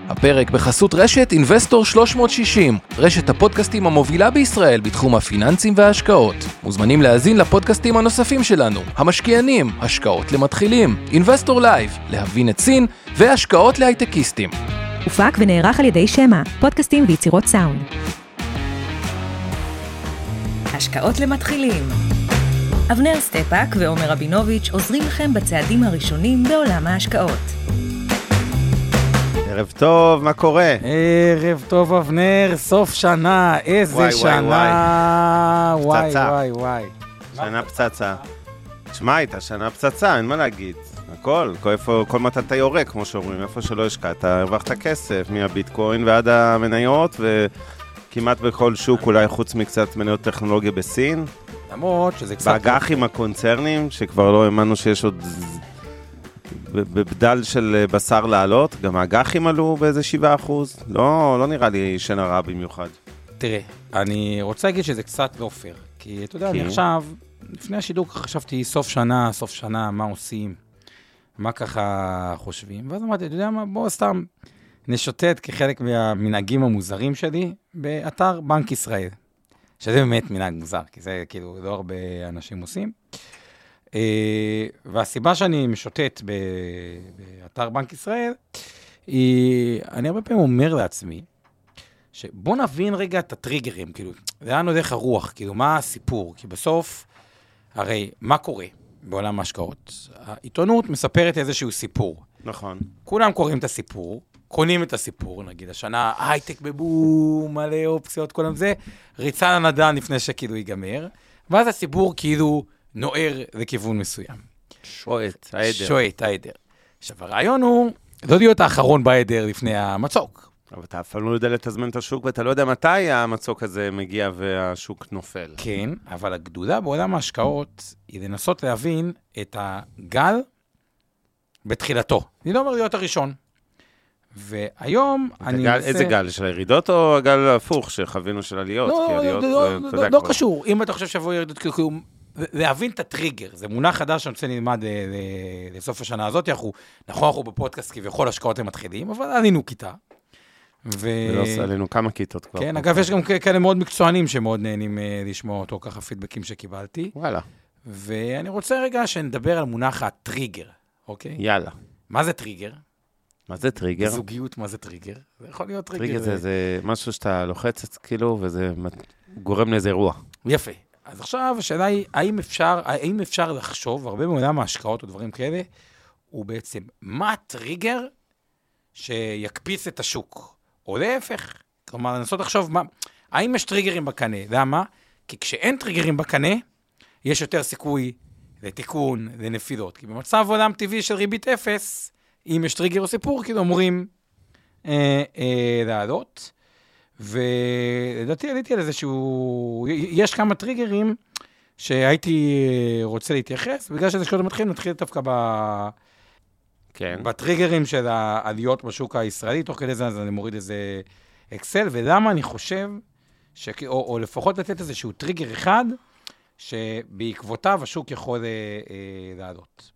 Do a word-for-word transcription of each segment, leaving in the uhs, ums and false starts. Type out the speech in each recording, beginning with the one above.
הפרק בחסות רשת אינבסטור שלוש מאות שישים, רשת הפודקאסטים המובילה בישראל בתחום הפיננסים וההשקעות. מוזמנים להאזין לפודקאסטים הנוספים שלנו, המשקיענים, השקעות למתחילים, אינבסטור לייב, להבין את סין והשקעות להייטקיסטים. הופק ונערך על ידי שמה, פודקאסטים ויצירות סאונד. השקעות למתחילים. אבנר סטפאק ועומר רבינוביץ' עוזרים לכם בצעדים הראשונים בעולם ההשקעות. ערב טוב, מה קורה? ערב טוב אבנר, סוף שנה, איזה וואי, שנה, וואי, וואי פצצה. וואי וואי. שנה פצצה. תשמע, הייתה שנה פצצה, אין מה להגיד. הכל, כל, איפה, כל מתי אתה יורק, כמו שאומרים, איפה שלא השקעת, הרווחת כסף, מהביטקוין ועד המניות, וכמעט בכל שוק, אולי חוץ מקצת מניות טכנולוגיה בסין. למרות שזה קצת... באג"חים הקונצרנים, שכבר לא האמנו שיש עוד... בבדל של בשר לעלות, גם האג"חים עלו באיזה שבעה אחוז. לא, לא נראה לי שנה רע במיוחד. תראה, אני רוצה להגיד שזה קצת לא פייר, כי אתה יודע, אני עכשיו, לפני השידור חשבתי סוף שנה, סוף שנה, מה עושים, מה ככה חושבים, ואז אמרתי, אתה יודע מה, בוא סתם נשוטט כחלק מהמנהגים המוזרים שלי באתר בנק ישראל, שזה באמת מנהג מוזר, כי זה כאילו לא הרבה אנשים עושים. Uh, והסיבה שאני משוטט באתר בנק ישראל, היא, אני הרבה פעמים אומר לעצמי, שבוא נבין רגע את הטריגרים, כאילו, לאן הולך הרוח, כאילו, מה הסיפור? כי בסוף, הרי, מה קורה בעולם ההשקעות? העיתונות מספרת איזשהו סיפור. נכון. כולם קוראים את הסיפור, קונים את הסיפור, נגיד, השנה, הייטק בבום, מלא אופציות, כל זה, ריצה לנדן לפני שכאילו ייגמר, ואז הסיפור כאילו, נוער לכיוון מסוים. שועט, העדר. שועט, העדר. עכשיו, הרעיון הוא לא להיות האחרון בעדר לפני המצוק. אבל אתה אף פעם לא יודע לתזמן את השוק, ואתה לא יודע מתי המצוק הזה מגיע והשוק נופל. כן, אבל הגדולה בעולם ההשקעות היא לנסות להבין את הגל בתחילתו. אני לא אומר להיות הראשון. והיום אני גל, מנסה... איזה גל? של הירידות או הגל ההפוך שחווינו של עליות? לא, עליות, לא, זה, לא, לא, לא, לא קשור. אם אתה חושב שבוא ירידות, כאילו... להבין את הטריגר, זה מונח חדש שאני רוצה ללמד לסוף השנה הזאת, אנחנו, נכון, אנחנו בפודקאסט כביכול השקעות הם מתחילים, אבל עלינו כיתה. ולא עלינו כמה כיתות כבר. כן, אגב, יש גם כאלה מאוד מקצוענים שמאוד נהנים לשמוע אותו, ככה פידבקים שקיבלתי. וואלה. ואני רוצה רגע שנדבר על מונח הטריגר, אוקיי? יאללה. מה זה טריגר? מה זה טריגר? זוגיות, מה זה טריגר? זה יכול להיות טריגר. טריגר זה, זה משהו שאתה לוחץ, כאילו, וזה גורם לאיזה אירוע. יפה. אז עכשיו השאלה היא, האם אפשר, האם אפשר לחשוב, הרבה מעולם ההשקעות או דברים כאלה, הוא בעצם, מה הטריגר שיקפיץ את השוק? או להפך, כלומר, לנסות לחשוב, מה, האם יש טריגרים בקנה? למה? כי כשאין טריגרים בקנה, יש יותר סיכוי לתיקון, לנפילות. כי במצב עולם טבעי של ריבית אפס, אם יש טריגר או סיפור, כאילו אמורים אה, אה, לעלות. ולדעתי עליתי על איזשהו, יש כמה טריגרים שהייתי רוצה להתייחס, בגלל שזה שקודם מתחיל, נתחיל דווקא ב... כן. בטריגרים של העליות בשוק הישראלי, תוך כדי זה אז אני מוריד איזה אקסל, ולמה אני חושב, ש... או, או לפחות לתת איזשהו טריגר אחד, שבעקבותיו השוק יכול אה, אה, לעלות.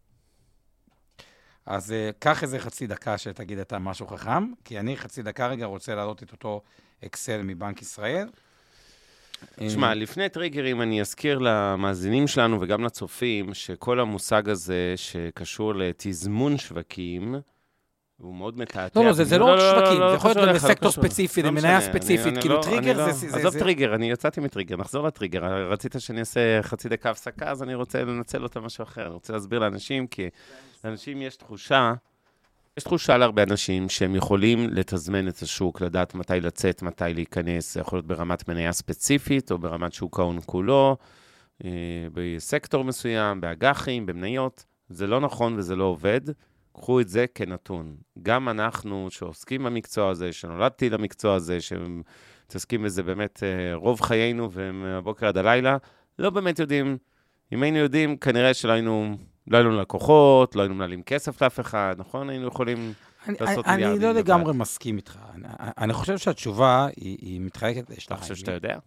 אז אה, קח איזה חצי דקה שתגיד אתה משהו חכם, כי אני חצי דקה רגע רוצה לעלות את אותו אקסל מבנק ישראל. תשמע, לפני טריגרים אני אזכיר למאזינים שלנו וגם לצופים, שכל המושג הזה שקשור לתזמון שווקים, הוא מאוד מתעתע. לא, לא, זה לא רק שווקים, זה יכול להיות לסקטור ספציפי, למניה ספציפית, כאילו טריגר זה... עזוב טריגר, אני יצאתי מטריגר, נחזור לטריגר. רצית שאני אעשה חצי דקה הפסקה, אז אני רוצה לנצל אותה משהו אחר. אני רוצה להסביר לאנשים, כי לאנשים יש תחושה, יש תחושה להרבה אנשים שהם יכולים לתזמן את השוק, לדעת מתי לצאת, מתי להיכנס, זה יכול להיות ברמת מניה ספציפית, או ברמת שוק ההון כולו, בסקטור מסוים, באג"חים, במניות. זה לא נכון וזה לא עובד. קחו את זה כנתון. גם אנחנו שעוסקים במקצוע הזה, שנולדתי למקצוע הזה, שמתעסקים בזה באמת רוב חיינו ומהבוקר עד הלילה, לא באמת יודעים. אם היינו יודעים, כנראה שלא היינו... לא היינו לקוחות, לא היינו מנהלים כסף לאף אחד, נכון? היינו יכולים אני, לעשות אני, מיליארדים. אני לא לגמרי מסכים איתך. אני, אני חושב שהתשובה היא, היא מתחלקת לשתיים. אתה חושב שאתה יודע?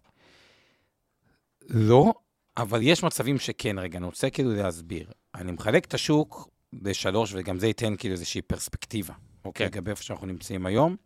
לא, אבל יש מצבים שכן, רגע, אני רוצה כאילו להסביר. אני מחלק את השוק בשלוש, וגם זה ייתן כאילו איזושהי פרספקטיבה, אוקיי, לגבי איפה שאנחנו נמצאים היום.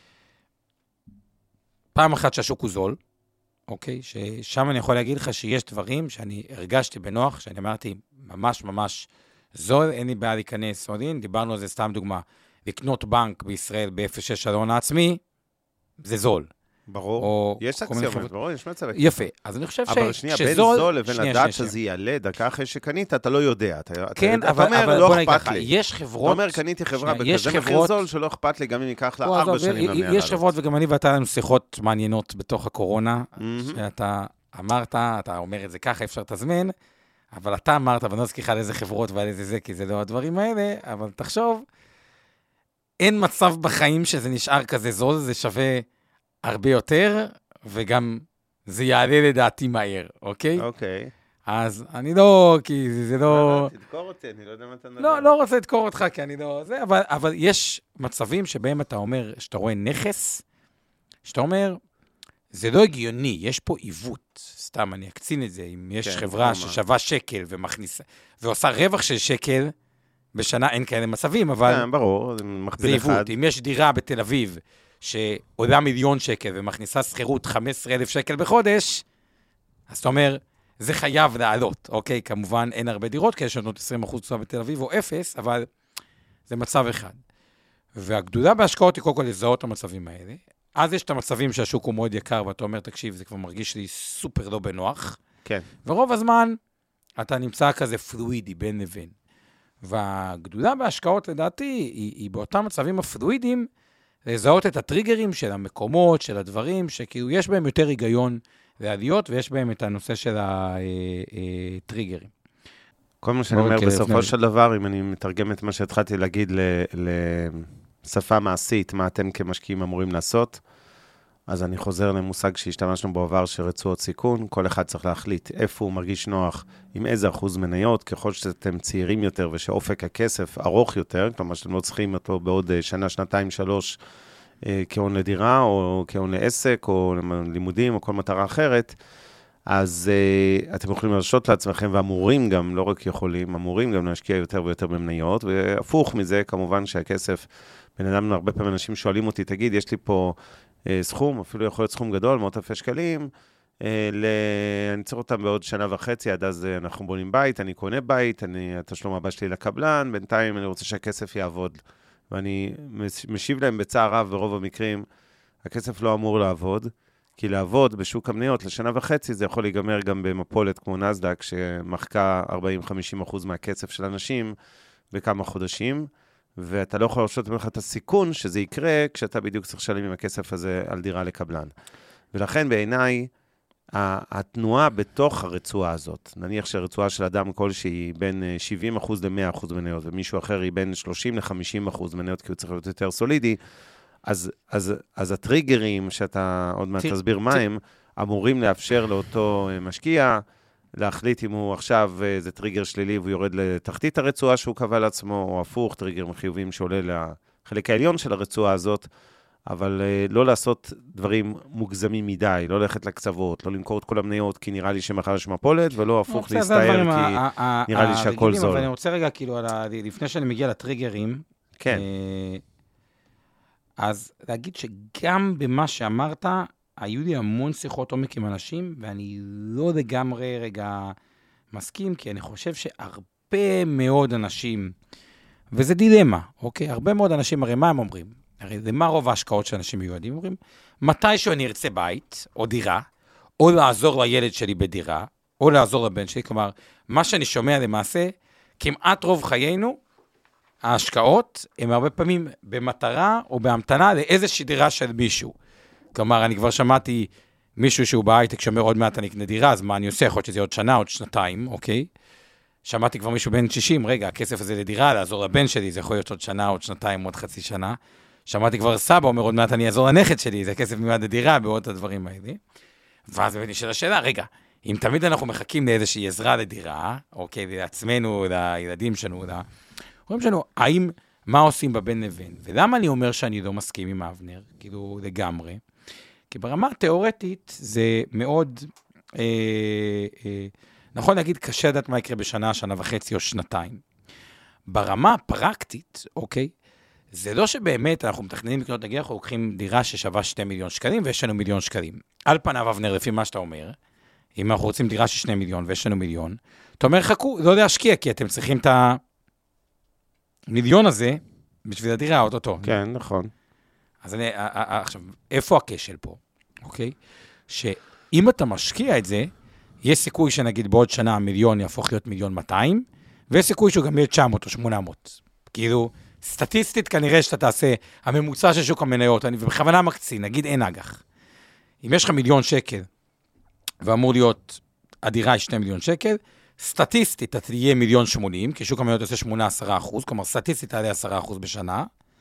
פעם אחת שהשוק הוא זול, אוקיי, ששם אני יכול להגיד לך שיש דברים שאני הרגשתי בנוח, שאני אמרתי ממש ממש זול, אין לי בעיה להיכנס עוד אין, דיברנו על זה סתם דוגמה, לקנות בנק בישראל ב-אפס נקודה שש ההון העצמי, זה זול. ברור, יש אקסיומות, ברור, יש מצב. יפה, אז אני חושב שזול... אבל שנייה, בין זול לבין לדעת שזה יעלה, דקה אחרי שקנית, אתה לא יודע. כן, אבל בוא נגיד ככה, יש חברות... אתה אומר, קניתי חברה בכזה מחיר זול, שלא אכפת לי, גם אם ייקח לה ארבע שנים למאה. יש חברות, וגם אני ואתה לנו שיחות מעניינות בתוך הקורונה, שאתה אמרת, אתה אומר את זה ככה, אפשר תזמן, אבל אתה אמרת, ואני לא אזכירך על איזה חברות ועל איזה זה, כי זה לא הדברים האלה, אבל תחשוב, אין מצב בחיים שזה נשאר כזה זול, זה שווה הרבה יותר, וגם זה יעלה לדעתי מהר, אוקיי? אוקיי. אז אני לא, כי זה לא... תדקור אותי, אני לא יודע מה אתה נדבר. לא, לא רוצה לדקור אותך, כי אני לא... זה, אבל, אבל יש מצבים שבהם אתה אומר, שאתה רואה נכס, שאתה אומר, זה לא הגיוני, יש פה עיוות. סתם, אני אקצין את זה, אם יש כן, חברה ששווה שקל ומכניסה, ועושה רווח של שקל, בשנה אין כאלה מצבים, אבל... כן, ברור, זה מכפיל אחד. זה עיוות. אם יש דירה בתל אביב, שעולה מיליון שקל ומכניסה שכירות חמישה עשר אלף שקל בחודש, אז אתה אומר, זה חייב לעלות, אוקיי? כמובן אין הרבה דירות, כי יש לנו עשרים אחוז תשואה בתל אביב או אפס, אבל זה מצב אחד. והגדולה בהשקעות היא קודם כל לזהות את המצבים האלה. אז יש את המצבים שהשוק הוא מאוד יקר, ואתה אומר, תקשיב, זה כבר מרגיש לי סופר לא בנוח. כן. ורוב הזמן אתה נמצא כזה פלואידי בין לבין. והגדולה בהשקעות לדעתי היא, היא באותם מצבים הפלואידיים, לזהות את הטריגרים של המקומות, של הדברים, שכאילו יש בהם יותר היגיון לעליות, ויש בהם את הנושא של הטריגרים. כל מה שאני אומר, בסופו של דבר, אם אני מתרגם את מה שהתחלתי להגיד לשפה מעשית, מה אתם כמשקיעים אמורים לעשות, אז אני חוזר למושג שהשתמשנו בעבר של רצועות סיכון, כל אחד צריך להחליט איפה הוא מרגיש נוח, עם איזה אחוז מניות, ככל שאתם צעירים יותר ושאופק הכסף ארוך יותר, כלומר שאתם לא צריכים אותו בעוד שנה, שנתיים, שלוש, כהון לדירה, או כהון לעסק, או לימודים, או כל מטרה אחרת, אז uh, אתם יכולים לרשות לעצמכם, ואמורים גם, לא רק יכולים, אמורים גם להשקיע יותר ויותר במניות, והפוך מזה, כמובן שהכסף, בין אדם, הרבה פעמים אנשים שואלים אותי, תגיד, יש לי פה uh, סכום, אפילו יכול להיות סכום גדול, מאות אלפי שקלים, uh, ל... אני צריך אותם בעוד שנה וחצי, עד אז uh, אנחנו בונים בית, אני קונה בית, אני, התשלום הבא שלי לקבלן, בינתיים אני רוצה שהכסף יעבוד. ואני משיב להם בצער רב ברוב המקרים, הכסף לא אמור לעבוד, כי לעבוד בשוק המניות לשנה וחצי, זה יכול להיגמר גם במפולת כמו נסדק, שמחקה ארבעים עד חמישים אחוז מהכסף של אנשים בכמה חודשים, ואתה לא יכול לרשות ממך את הסיכון שזה יקרה, כשאתה בדיוק צריך לשלם עם הכסף הזה על דירה לקבלן. ולכן בעיניי, התנועה בתוך הרצועה הזאת, נניח שהרצועה של אדם כלשהי בין שבעים אחוז ל-מאה אחוז מניות, ומישהו אחר היא בין שלושים עד חמישים אחוז מניות, כי הוא צריך להיות יותר סולידי, אז, אז, אז הטריגרים, שאתה עוד מעט תסביר מה הם, אמורים לאפשר לאותו משקיע, להחליט אם הוא עכשיו, זה טריגר שלילי, והוא יורד לתחתית הרצועה שהוא קבע לעצמו, או הפוך, טריגר חיוביים שעולה לחלק העליון של הרצועה הזאת, אבל לא לעשות דברים מוגזמים מדי, לא ללכת לקצוות, לא למכור את כל המניות, כי נראה לי שמחר יש מפולת, ולא הפוך להסתער, כי נראה לי שהכל זול. אבל אני רוצה רגע, כאילו, לפני שאני מגיע לטריגרים, כן. אז להגיד שגם במה שאמרת, היו לי המון שיחות עומק עם אנשים, ואני לא לגמרי רגע מסכים, כי אני חושב שהרבה מאוד אנשים, וזה דילמה, אוקיי? הרבה מאוד אנשים, הרי מה הם אומרים? הרי זה מה רוב ההשקעות שאנשים מיועדים? אומרים, מתישהו אני ארצה בית, או דירה, או לעזור לילד שלי בדירה, או לעזור לבן שלי, כלומר, מה שאני שומע למעשה, כמעט רוב חיינו, ההשקעות הן הרבה פעמים במטרה או בהמתנה לאיזושהי דירה של מישהו. כלומר, אני כבר שמעתי מישהו שהוא בהייטק שאומר עוד מעט אני אקנה דירה, אז מה אני עושה? יכול להיות שזה עוד שנה, עוד שנתיים, אוקיי? שמעתי כבר מישהו בן שישים, רגע, הכסף הזה לדירה, לעזור לבן שלי, זה יכול להיות עוד שנה, עוד שנתיים, עוד חצי שנה. שמעתי כבר סבא אומר עוד מעט אני אעזור לנכד שלי, זה כסף מיועד לדירה, בעוד הדברים האלה. ואז באמת נשאלה השאלה, רגע, אם תמיד אנחנו מחכים לאיזושהי עזרה לדירה, אוקיי, לעצמנו, לילדים שלנו, אומרים שלנו, האם, מה עושים בבין לבין? ולמה אני אומר שאני לא מסכים עם אבנר, כאילו לגמרי? כי ברמה התיאורטית זה מאוד, אה, אה, נכון להגיד, קשה לדעת מה יקרה בשנה, שנה וחצי או שנתיים. ברמה הפרקטית, אוקיי, זה לא שבאמת אנחנו מתכננים לקנות נגיד, אנחנו לוקחים דירה ששווה שני מיליון שקלים, ויש לנו מיליון שקלים. על פניו, אבנר, לפי מה שאתה אומר, אם אנחנו רוצים דירה של שני מיליון, ויש לנו מיליון, אתה אומר, חכו, לא להשקיע, כי אתם צריכים את המיליון הזה, בשביל הדירה, אותו. כן, נכון. אז אני, עכשיו, איפה הכשל פה? אוקיי? שאם אתה משקיע את זה, יש סיכוי שנגיד בעוד שנה המיליון יהפוך להיות מיליון מאתיים, ויש סיכוי שהוא גם יהיה תשע מאות או שמונה מאות. כאילו, סטטיסטית כנראה שאתה תעשה הממוצע של שוק המניות, אני בכוונה מקצין, נגיד אין אג"ח. אם יש לך מיליון שקל, ואמור להיות, הדירה היא שני מיליון שקל, סטטיסטית אתה תהיה מיליון שמונים, כי שוק המניות עושה שמונה עשרה אחוז, כלומר סטטיסטית תעלה עשרה אחוז בשנה,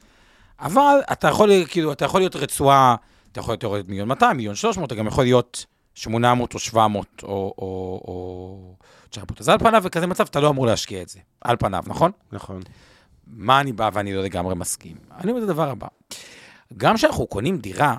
אבל אתה יכול, כאילו, אתה יכול להיות רצועה, אתה יכול להיות מיליון מאתיים, מיליון שלוש מאות, אתה גם יכול להיות שמונה מאות או שבע מאות או, או, או תשע מאות. אז על פניו, וכזה מצב, אתה לא אמור להשקיע את זה. על פניו, נכון? נכון. מה אני בא ואני לא לגמרי מסכים? אני אומר את הדבר הבא. גם כשאנחנו קונים דירה,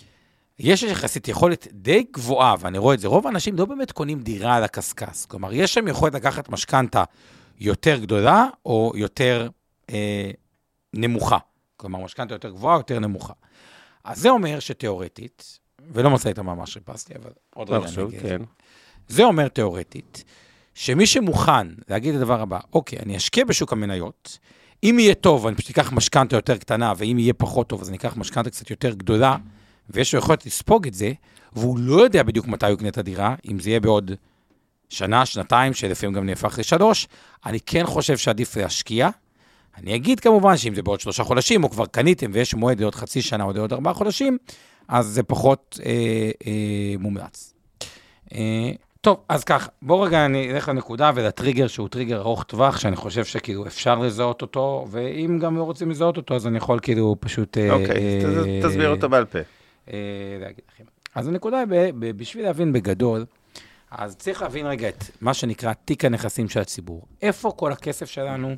יש יחסית יכולת די גבוהה, ואני רואה את זה, רוב האנשים לא באמת קונים דירה על הקסקס. כלומר, יש שם יכולת לקחת משכנתה יותר גדולה, או יותר אה, נמוכה. כלומר, משכנתה יותר גבוהה, יותר נמוכה. אז זה אומר שתיאורטית, ולא מצא את המאמר שפסתי, אבל עוד רגע אני אגיד. כן. זה אומר תיאורטית, שמי שמוכן להגיד את הדבר הבא, אוקיי, אני אשקיע בשוק המניות, אם יהיה טוב, אני פשוט אקח משכנתה יותר קטנה, ואם יהיה פחות טוב, אז אני אקח משכנתה קצת יותר גדולה, ויש לו יכולת לספוג את זה, והוא לא יודע בדיוק מתי הוא יקנה את הדירה, אם זה יהיה בעוד שנה, שנתיים, שלפעמים גם נהפך לשלוש, אני כן חושב שעדיף להשקיע. אני אגיד כמובן שאם זה בעוד שלושה חודשים, או כבר קניתם ויש מועד לעוד חצי שנה או לעוד ארבעה חודשים, אז זה פחות אה, אה, מומלץ. אה, טוב, אז ככה, בוא רגע אני אלך לנקודה ולטריגר שהוא טריגר ארוך טווח, שאני חושב שכאילו אפשר לזהות אותו, ואם גם לא רוצים לזהות אותו, אז אני יכול כאילו פשוט... אוקיי, תסביר אותו בעל פה. להגיד לכם. אז הנקודה היא, בשביל להבין בגדול, אז צריך להבין רגע את מה שנקרא תיק הנכסים של הציבור. איפה כל הכסף שלנו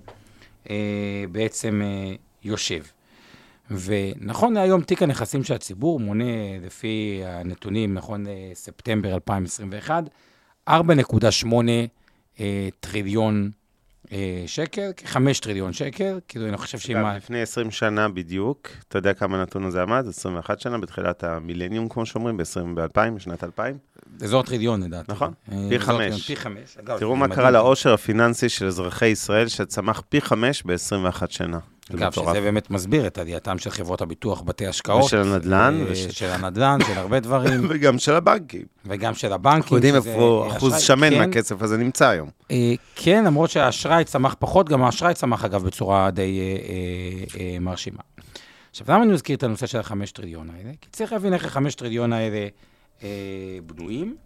בעצם יושב. ונכון להיום תיק הנכסים של הציבור מונה לפי הנתונים, נכון לספטמבר אלפיים עשרים ואחת, ארבע נקודה שמונה טריליון שקל, כחמש טריליון שקל, כאילו אני חושב שאם... לפני עשרים שנה בדיוק, אתה יודע כמה נתון הזה עמד? עשרים ואחת שנה, בתחילת המילניום, כמו שאומרים, ב-אלפיים, בשנת אלפיים? אזור טריליון, לדעתי. נכון, פי חמש. פי חמש. תראו מה קרה לעושר הפיננסי של אזרחי ישראל, שצמח פי חמש ב-עשרים ואחת שנה. אגב, שזה באמת מסביר את עלייתם של חברות הביטוח, בתי השקעות. ושל הנדל"ן. של הנדל"ן, של הרבה דברים. וגם של הבנקים. וגם של הבנקים. אנחנו יודעים איפה אחוז שמן מהכסף הזה נמצא היום. כן, למרות שהאשראי צמח פחות, גם האשראי צמח אגב בצורה די מרשימה. עכשיו, למה אני מזכיר את הנושא של החמש טריליון האלה? כי צריך להבין איך החמש טריליון האלה בנויים,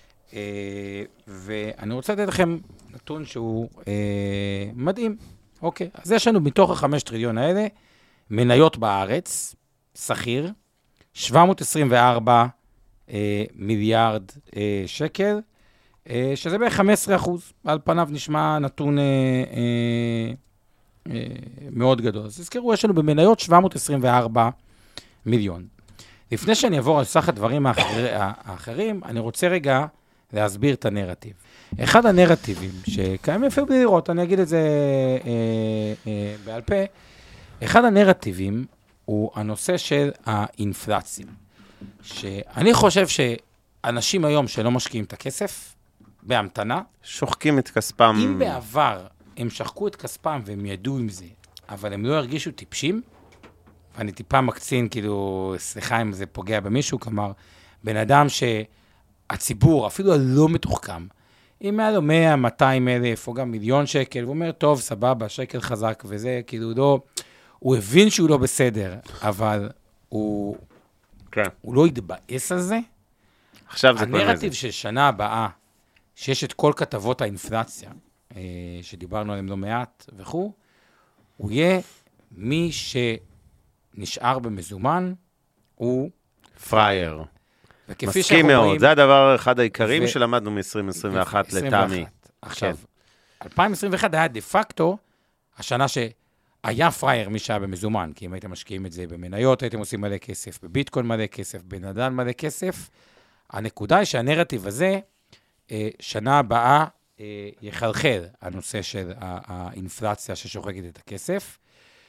ואני רוצה לתת לכם נתון שהוא מדהים. אוקיי, אז יש לנו מתוך החמש טריליון האלה, מניות בארץ, שכיר, שבע מאות עשרים וארבע אה, מיליארד אה, שקל, אה, שזה בערך חמישה עשר אחוז, על פניו נשמע נתון אה, אה, אה, מאוד גדול. אז תזכרו, יש לנו במניות שבע מאות עשרים וארבע מיליון. לפני שאני אעבור על סך הדברים האחר, האחרים, אני רוצה רגע להסביר את הנרטיב. אחד הנרטיבים שקיים אפילו בלי לראות, אני אגיד את זה אה, אה, בעל פה, אחד הנרטיבים הוא הנושא של האינפלציה. שאני חושב שאנשים היום שלא משקיעים את הכסף, בהמתנה, שוחקים את כספם. אם בעבר הם שחקו את כספם והם ידעו עם זה, אבל הם לא הרגישו טיפשים, ואני טיפה מקצין, כאילו, סליחה אם זה פוגע במישהו, כלומר, בן אדם שהציבור, אפילו הלא מתוחכם, אם היה לו מאה, מאתיים אלף, או גם מיליון שקל, הוא אומר, טוב, סבבה, שקל חזק וזה, כאילו, לא, הוא הבין שהוא לא בסדר, אבל הוא, כן. הוא לא יתבאס על זה. עכשיו זה כבר מזה. הנרטיב של שנה הבאה, שיש את כל כתבות האינפלציה, שדיברנו עליהם לא מעט וכו', הוא יהיה מי שנשאר במזומן, הוא פרייר. מסכים מאוד, רואים, זה הדבר אחד העיקרים ו... שלמדנו מ-עשרים עשרים ואחת לטעמי. עכשיו, כן. אלפיים עשרים ואחת היה דה פקטו, השנה שהיה פרייר מי שהיה במזומן, כי אם הייתם משקיעים את זה במניות, הייתם עושים מלא כסף, בביטקוין מלא כסף, בנדל"ן מלא כסף. הנקודה היא שהנרטיב הזה, שנה הבאה יחלחל הנושא של האינפלציה ששוחקת את הכסף,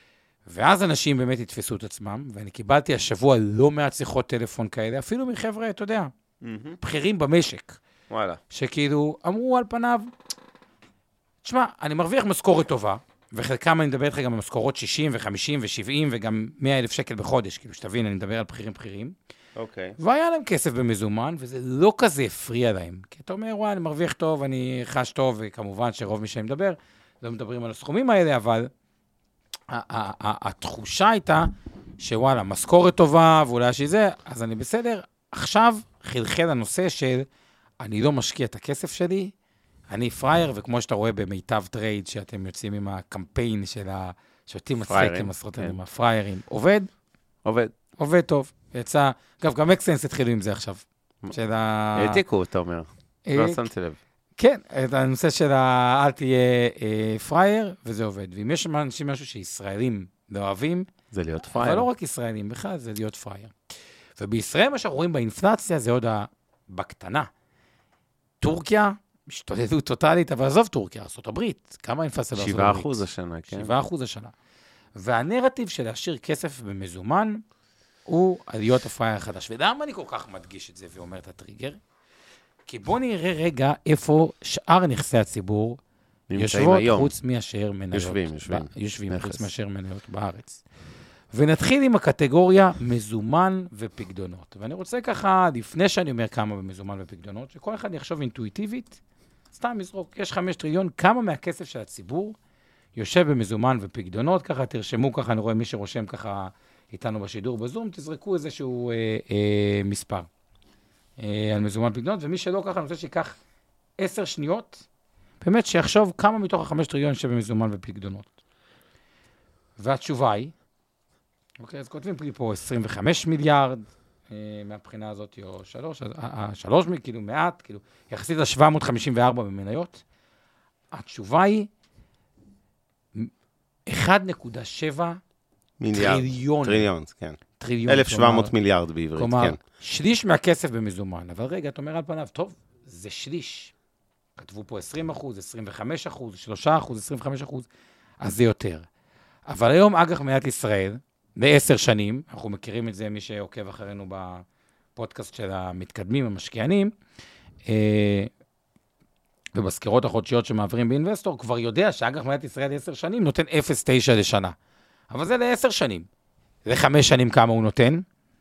ואז אנשים באמת התפסו את עצמם, ואני קיבלתי השבוע לא מעט שיחות טלפון כאלה, אפילו מחבר'ה, אתה יודע, בכירים במשק. וואלה. שכאילו אמרו על פניו, תשמע, אני מרוויח משכורת טובה, וחלקם אני מדבר איתך גם במשכורות שישים ו-חמישים ו-שבעים וגם מאה אלף שקל בחודש, כאילו שתבין, אני מדבר על בכירים בכירים. אוקיי. והיה להם כסף במזומן, וזה לא כזה הפריע להם. כי אתה אומר, וואי, אני מרוויח טוב, אני חש טוב, וכמובן שרוב מי שאני מדבר, לא מדברים על הסכומים האלה, אבל התחושה הייתה שוואלה, משכורת טובה, ואולי שזה, אז אני בסדר. עכשיו חלחל הנושא של, אני לא משקיע את הכסף שלי, אני פרייר, וכמו שאתה רואה במיטב טרייד, שאתם יוצאים עם הקמפיין של השותים מצחיק עם עשרות עם הפריירים, עובד? עובד. עובד טוב. יצא, אגב, גם אקסנס התחילו עם זה עכשיו. העתיקו, אתה אומר. לא שמתי לב. כן, את הנושא של אל תהיה פרייר, וזה עובד. ואם יש אנשים משהו שישראלים לא אוהבים, זה להיות פרייר. אבל לא רק ישראלים, בכלל זה להיות פרייר. ובישראל מה שאנחנו רואים באינפלציה זה עוד בקטנה. טורקיה, השתוללות טוטלית, אבל עזוב טורקיה, ארצות הברית. כמה אינפלציה בארצות הברית? שבעה אחוז השנה, כן. שבעה אחוז השנה. והנרטיב של להשאיר כסף במזומן, הוא להיות הפרייר החדש. ולמה אני כל כך מדגיש את זה ואומר את הטריגר? כי בוא נראה רגע איפה שאר נכסי הציבור יושבות חוץ מאשר מניות. יושבים, יושבים. יושבים חוץ מאשר מניות בארץ. ונתחיל עם הקטגוריה מזומן ופקדונות. ואני רוצה ככה, לפני שאני אומר כמה במזומן ופקדונות, שכל אחד יחשוב אינטואיטיבית, סתם יזרוק, יש חמש טריליון, כמה מהכסף של הציבור יושב במזומן ופקדונות, ככה תרשמו ככה, אני רואה מי שרושם ככה איתנו בשידור בזום, תזרקו איזשהו אה, אה, מספר אה, על מזומן ופקדונות, ומי שלא ככה, אני רוצה שיקח עשר שניות, באמת שיחשוב כמה מתוך החמש טריליון יושב במזומן ופקדונות. והתשובה היא, אוקיי, אז כותבים לי פה עשרים וחמישה מיליארד אה, מהבחינה הזאת, או שלוש, שלוש, כאילו מעט, כאילו, יחסית ל-שבע מאות חמישים וארבע במניות. התשובה היא, אחד נקודה שבע טריליון. טריליון, כן. טריליון. אלף שבע מאות מיליארד בעברית, כלומר, כן. שליש מהכסף במזומן. אבל רגע, אתה אומר על פניו, טוב, זה שליש. כתבו פה עשרים אחוז, עשרים וחמישה אחוז, שלוש אחוז, עשרים וחמישה אחוז, אז זה יותר. אבל היום אג"ח מדינת ישראל, בעשר שנים, אנחנו מכירים את זה, מי שעוקב אחרינו בפודקאסט של המתקדמים, המשקיענים, אה, ובסקירות החודשיות שמעבירים באינבסטור, כבר יודע שאג"ח מדינת ישראל עשר שנים נותן אפס נקודה תשע לשנה. אבל זה לעשר שנים. לחמש שנים כמה הוא נותן?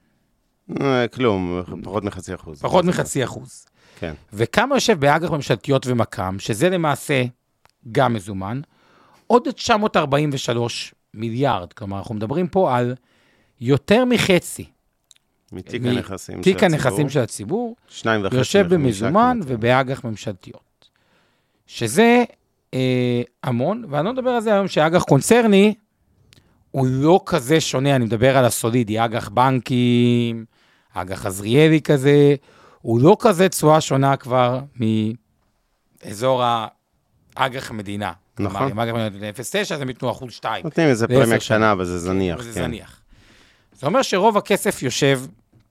כלום, פחות מחצי אחוז. פחות מחצי אחוז. כן. וכמה יושב באג"ח ממשלתיות ומקם, שזה למעשה גם מזומן, עוד תשע מאות ארבעים ושלושה מיליארד. כלומר, אנחנו מדברים פה על יותר מחצי. מתיק הנכסים של הציבור. תיק הנכסים של הציבור, יושב במזומן ובאג"ח ממשלתיות. שזה אה, המון, ואני לא מדבר על זה היום שאג"ח קונצרני, הוא לא כזה שונה, אני מדבר על הסולידי, אג"ח בנקים, אג"ח עזריאלי כזה, הוא לא כזה צועה שונה כבר מאזור האג"ח המדינה. נכון. כלומר, אם אג"ח מדינה אפס נקודה תשע, אז הם ייתנו אחוז שתיים. נותנים איזה פרמיה קטנה, אבל זה זניח. וזה כן. זניח. זה אומר שרוב הכסף יושב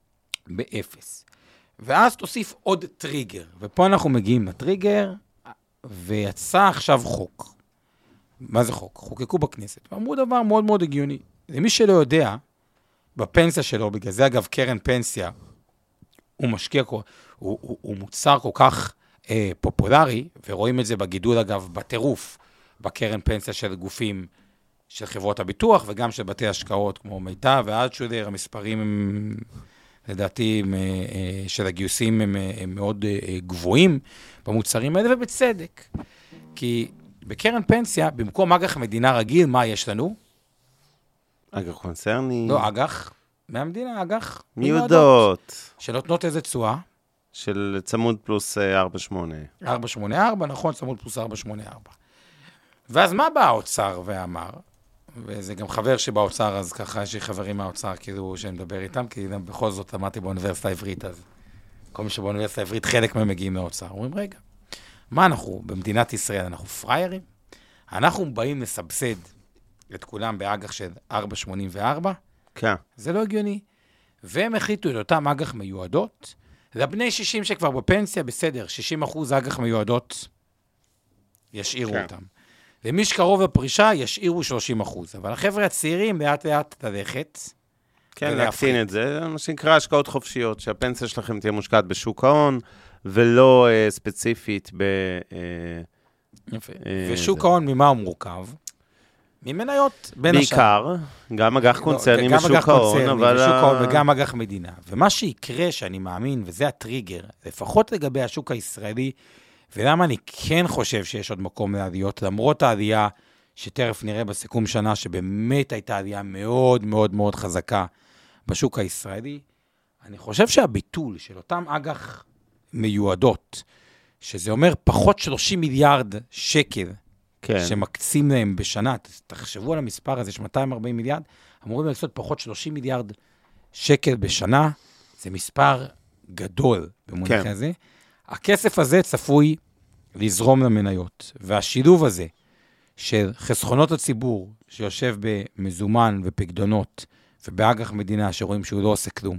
באפס. ואז תוסיף עוד טריגר, ופה אנחנו מגיעים לטריגר, ויצא עכשיו חוק. מה זה חוק? חוקקו בכנסת. ואמרו דבר מאוד מאוד הגיוני. למי שלא יודע, בפנסיה שלו, בגלל זה אגב קרן פנסיה, הוא משקיע, הוא, הוא, הוא מוצר כל כך אה, פופולרי, ורואים את זה בגידול אגב בטירוף, בקרן פנסיה של גופים של חברות הביטוח, וגם של בתי השקעות כמו מיטב ואלטשולר, המספרים הם, לדעתי, הם, אה, של הגיוסים הם, הם מאוד אה, גבוהים במוצרים האלה, ובצדק. כי בקרן פנסיה, במקום אג"ח מדינה רגיל, מה יש לנו? אג"ח קונצרני. לא אג"ח, מהמדינה, אג"ח מיועדות. שנותנות איזה תשואה? של צמוד פלוס ארבע שמונה. ארבע שמונה ארבע, נכון, צמוד פלוס ארבע שמונה ארבע. ואז מה בא האוצר ואמר? וזה גם חבר שבאוצר, אז ככה יש לי חברים מהאוצר, כאילו, שאני מדבר איתם, כי בכל זאת למדתי באוניברסיטה העברית, אז כל מי שבאוניברסיטה העברית, חלק מהם מגיעים מהאוצר. אומרים, רגע, מה אנחנו, במדינת ישראל, אנחנו פריירים? אנחנו באים לסבסד את כולם באג"ח של ארבע שמונים וארבע? כן. זה לא הגיוני. והם החליטו את אותם אג"ח מיועדות, לבני שישים שכבר בפנסיה, בסדר, שישים אחוז אג"ח מיועדות, ישאירו כן. אותם. ומי שקרוב לפרישה ישאירו שלושים אחוז. אבל החבר'ה הצעירים לאט לאט ללכת. כן, להקטין את זה, מה שנקרא השקעות חופשיות, שהפנסיה שלכם תהיה מושקעת בשוק ההון, ולא uh, ספציפית ב... Uh, יפה. Uh, ושוק ההון ממה הוא מורכב? ממניות בין השאר. בעיקר, גם אג"ח קונצרני משוק ההון, אבל... בשוק ההון וגם אג"ח מדינה. ומה שיקרה, שאני מאמין, וזה הטריגר, לפחות לגבי השוק הישראלי, ולמה אני כן חושב שיש עוד מקום לעליות, למרות העלייה שתכף נראה בסיכום שנה, שבאמת הייתה עלייה מאוד מאוד מאוד חזקה בשוק הישראלי, אני חושב שהביטול של אותם אג"ח מיועדות, שזה אומר פחות שלושים מיליארד שקל, כן. שמקצים להם בשנה, תחשבו על המספר הזה, ש-מאתיים וארבעים מיליארד, אמורים לעשות פחות שלושים מיליארד שקל בשנה, זה מספר גדול במונחי כן. הזה. הכסף הזה צפוי לזרום למניות, והשילוב הזה של חסכונות הציבור, שיושב במזומן ופקדונות, ובאג"ח מדינה שרואים שהוא לא עושה כלום,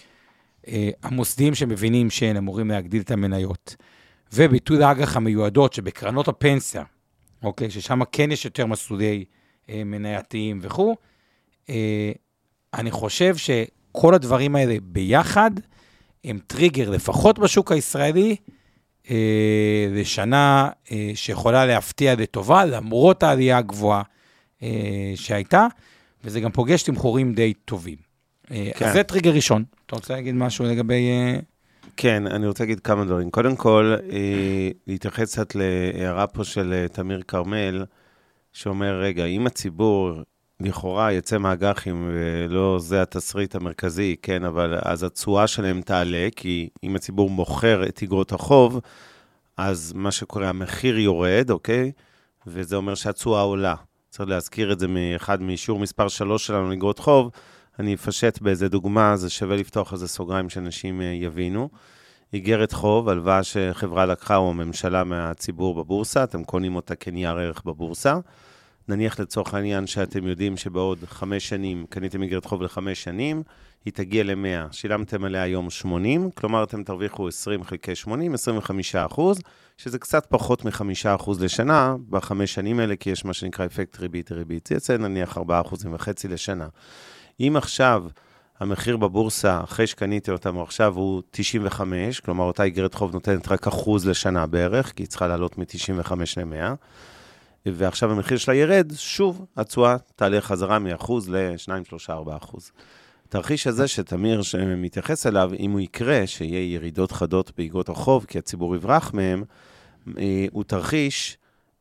המוסדים שמבינים שהם אמורים להגדיל את המניות, וביטול האג"ח המיועדות שבקרנות הפנסיה, אוקיי, ששם כן יש יותר מסלולי אה, מנייתיים וכו', אה, אני חושב שכל הדברים האלה ביחד, הם טריגר לפחות בשוק הישראלי, אה, לשנה אה, שיכולה להפתיע לטובה, למרות העלייה הגבוהה אה, שהייתה, וזה גם פוגש תמחורים די טובים. אה, כן. אז זה טריגר ראשון. אתה רוצה להגיד משהו לגבי... אה... כן, אני רוצה להגיד כמה דברים. קודם כל, אה, להתייחס קצת להערה פה של תמיר קרמל, שאומר, רגע, אם הציבור לכאורה יצא מהאג"חים, ולא זה התסריט המרכזי, כן, אבל אז התשואה שלהם תעלה, כי אם הציבור מוכר את אגרות החוב, אז מה שקורה, המחיר יורד, אוקיי? וזה אומר שהתשואה עולה. צריך להזכיר את זה מאחד מאישור מספר שלוש שלנו לאגרות חוב, אני אפשט באיזה דוגמה, זה שווה לפתוח איזה סוגריים שאנשים יבינו. איגרת חוב, הלוואה שחברה לקחה או הממשלה מהציבור בבורסה, אתם קונים אותה כנייר ערך בבורסה. נניח לצורך העניין שאתם יודעים שבעוד חמש שנים, קניתם איגרת חוב לחמש שנים, היא תגיע ל-מאה, שילמתם עליה היום שמונים, כלומר אתם תרוויחו עשרים חלקי שמונים, עשרים וחמישה אחוז, שזה קצת פחות מ-חמישה אחוז לשנה, בחמש שנים האלה, כי יש מה שנקרא אפקט ריבית ריבית, זה יצא נניח ארבעה אחוז וחצי לשנה. אם עכשיו המחיר בבורסה, אחרי שקניתי אותם, עכשיו הוא תשעים וחמש, כלומר אותה איגרת חוב נותנת רק אחוז לשנה בערך, כי היא צריכה לעלות מ-תשעים וחמש ל-מאה, ועכשיו המחיר שלה ירד, שוב התשואה תעלה חזרה מאחוז ל-שתיים, שלוש, ארבע אחוז. התרחיש הזה שתמיר שמתייחס אליו, אם הוא יקרה, שיהיה ירידות חדות באיגרות החוב, כי הציבור יברח מהם, הוא תרחיש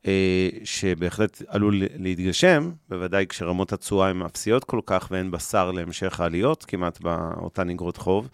שבהחלט עלול להתגשם, בוודאי כשרמות התשואה הן אפסיות כל כך, ואין בשר להמשך העליות, כמעט באותן איגרות חוב.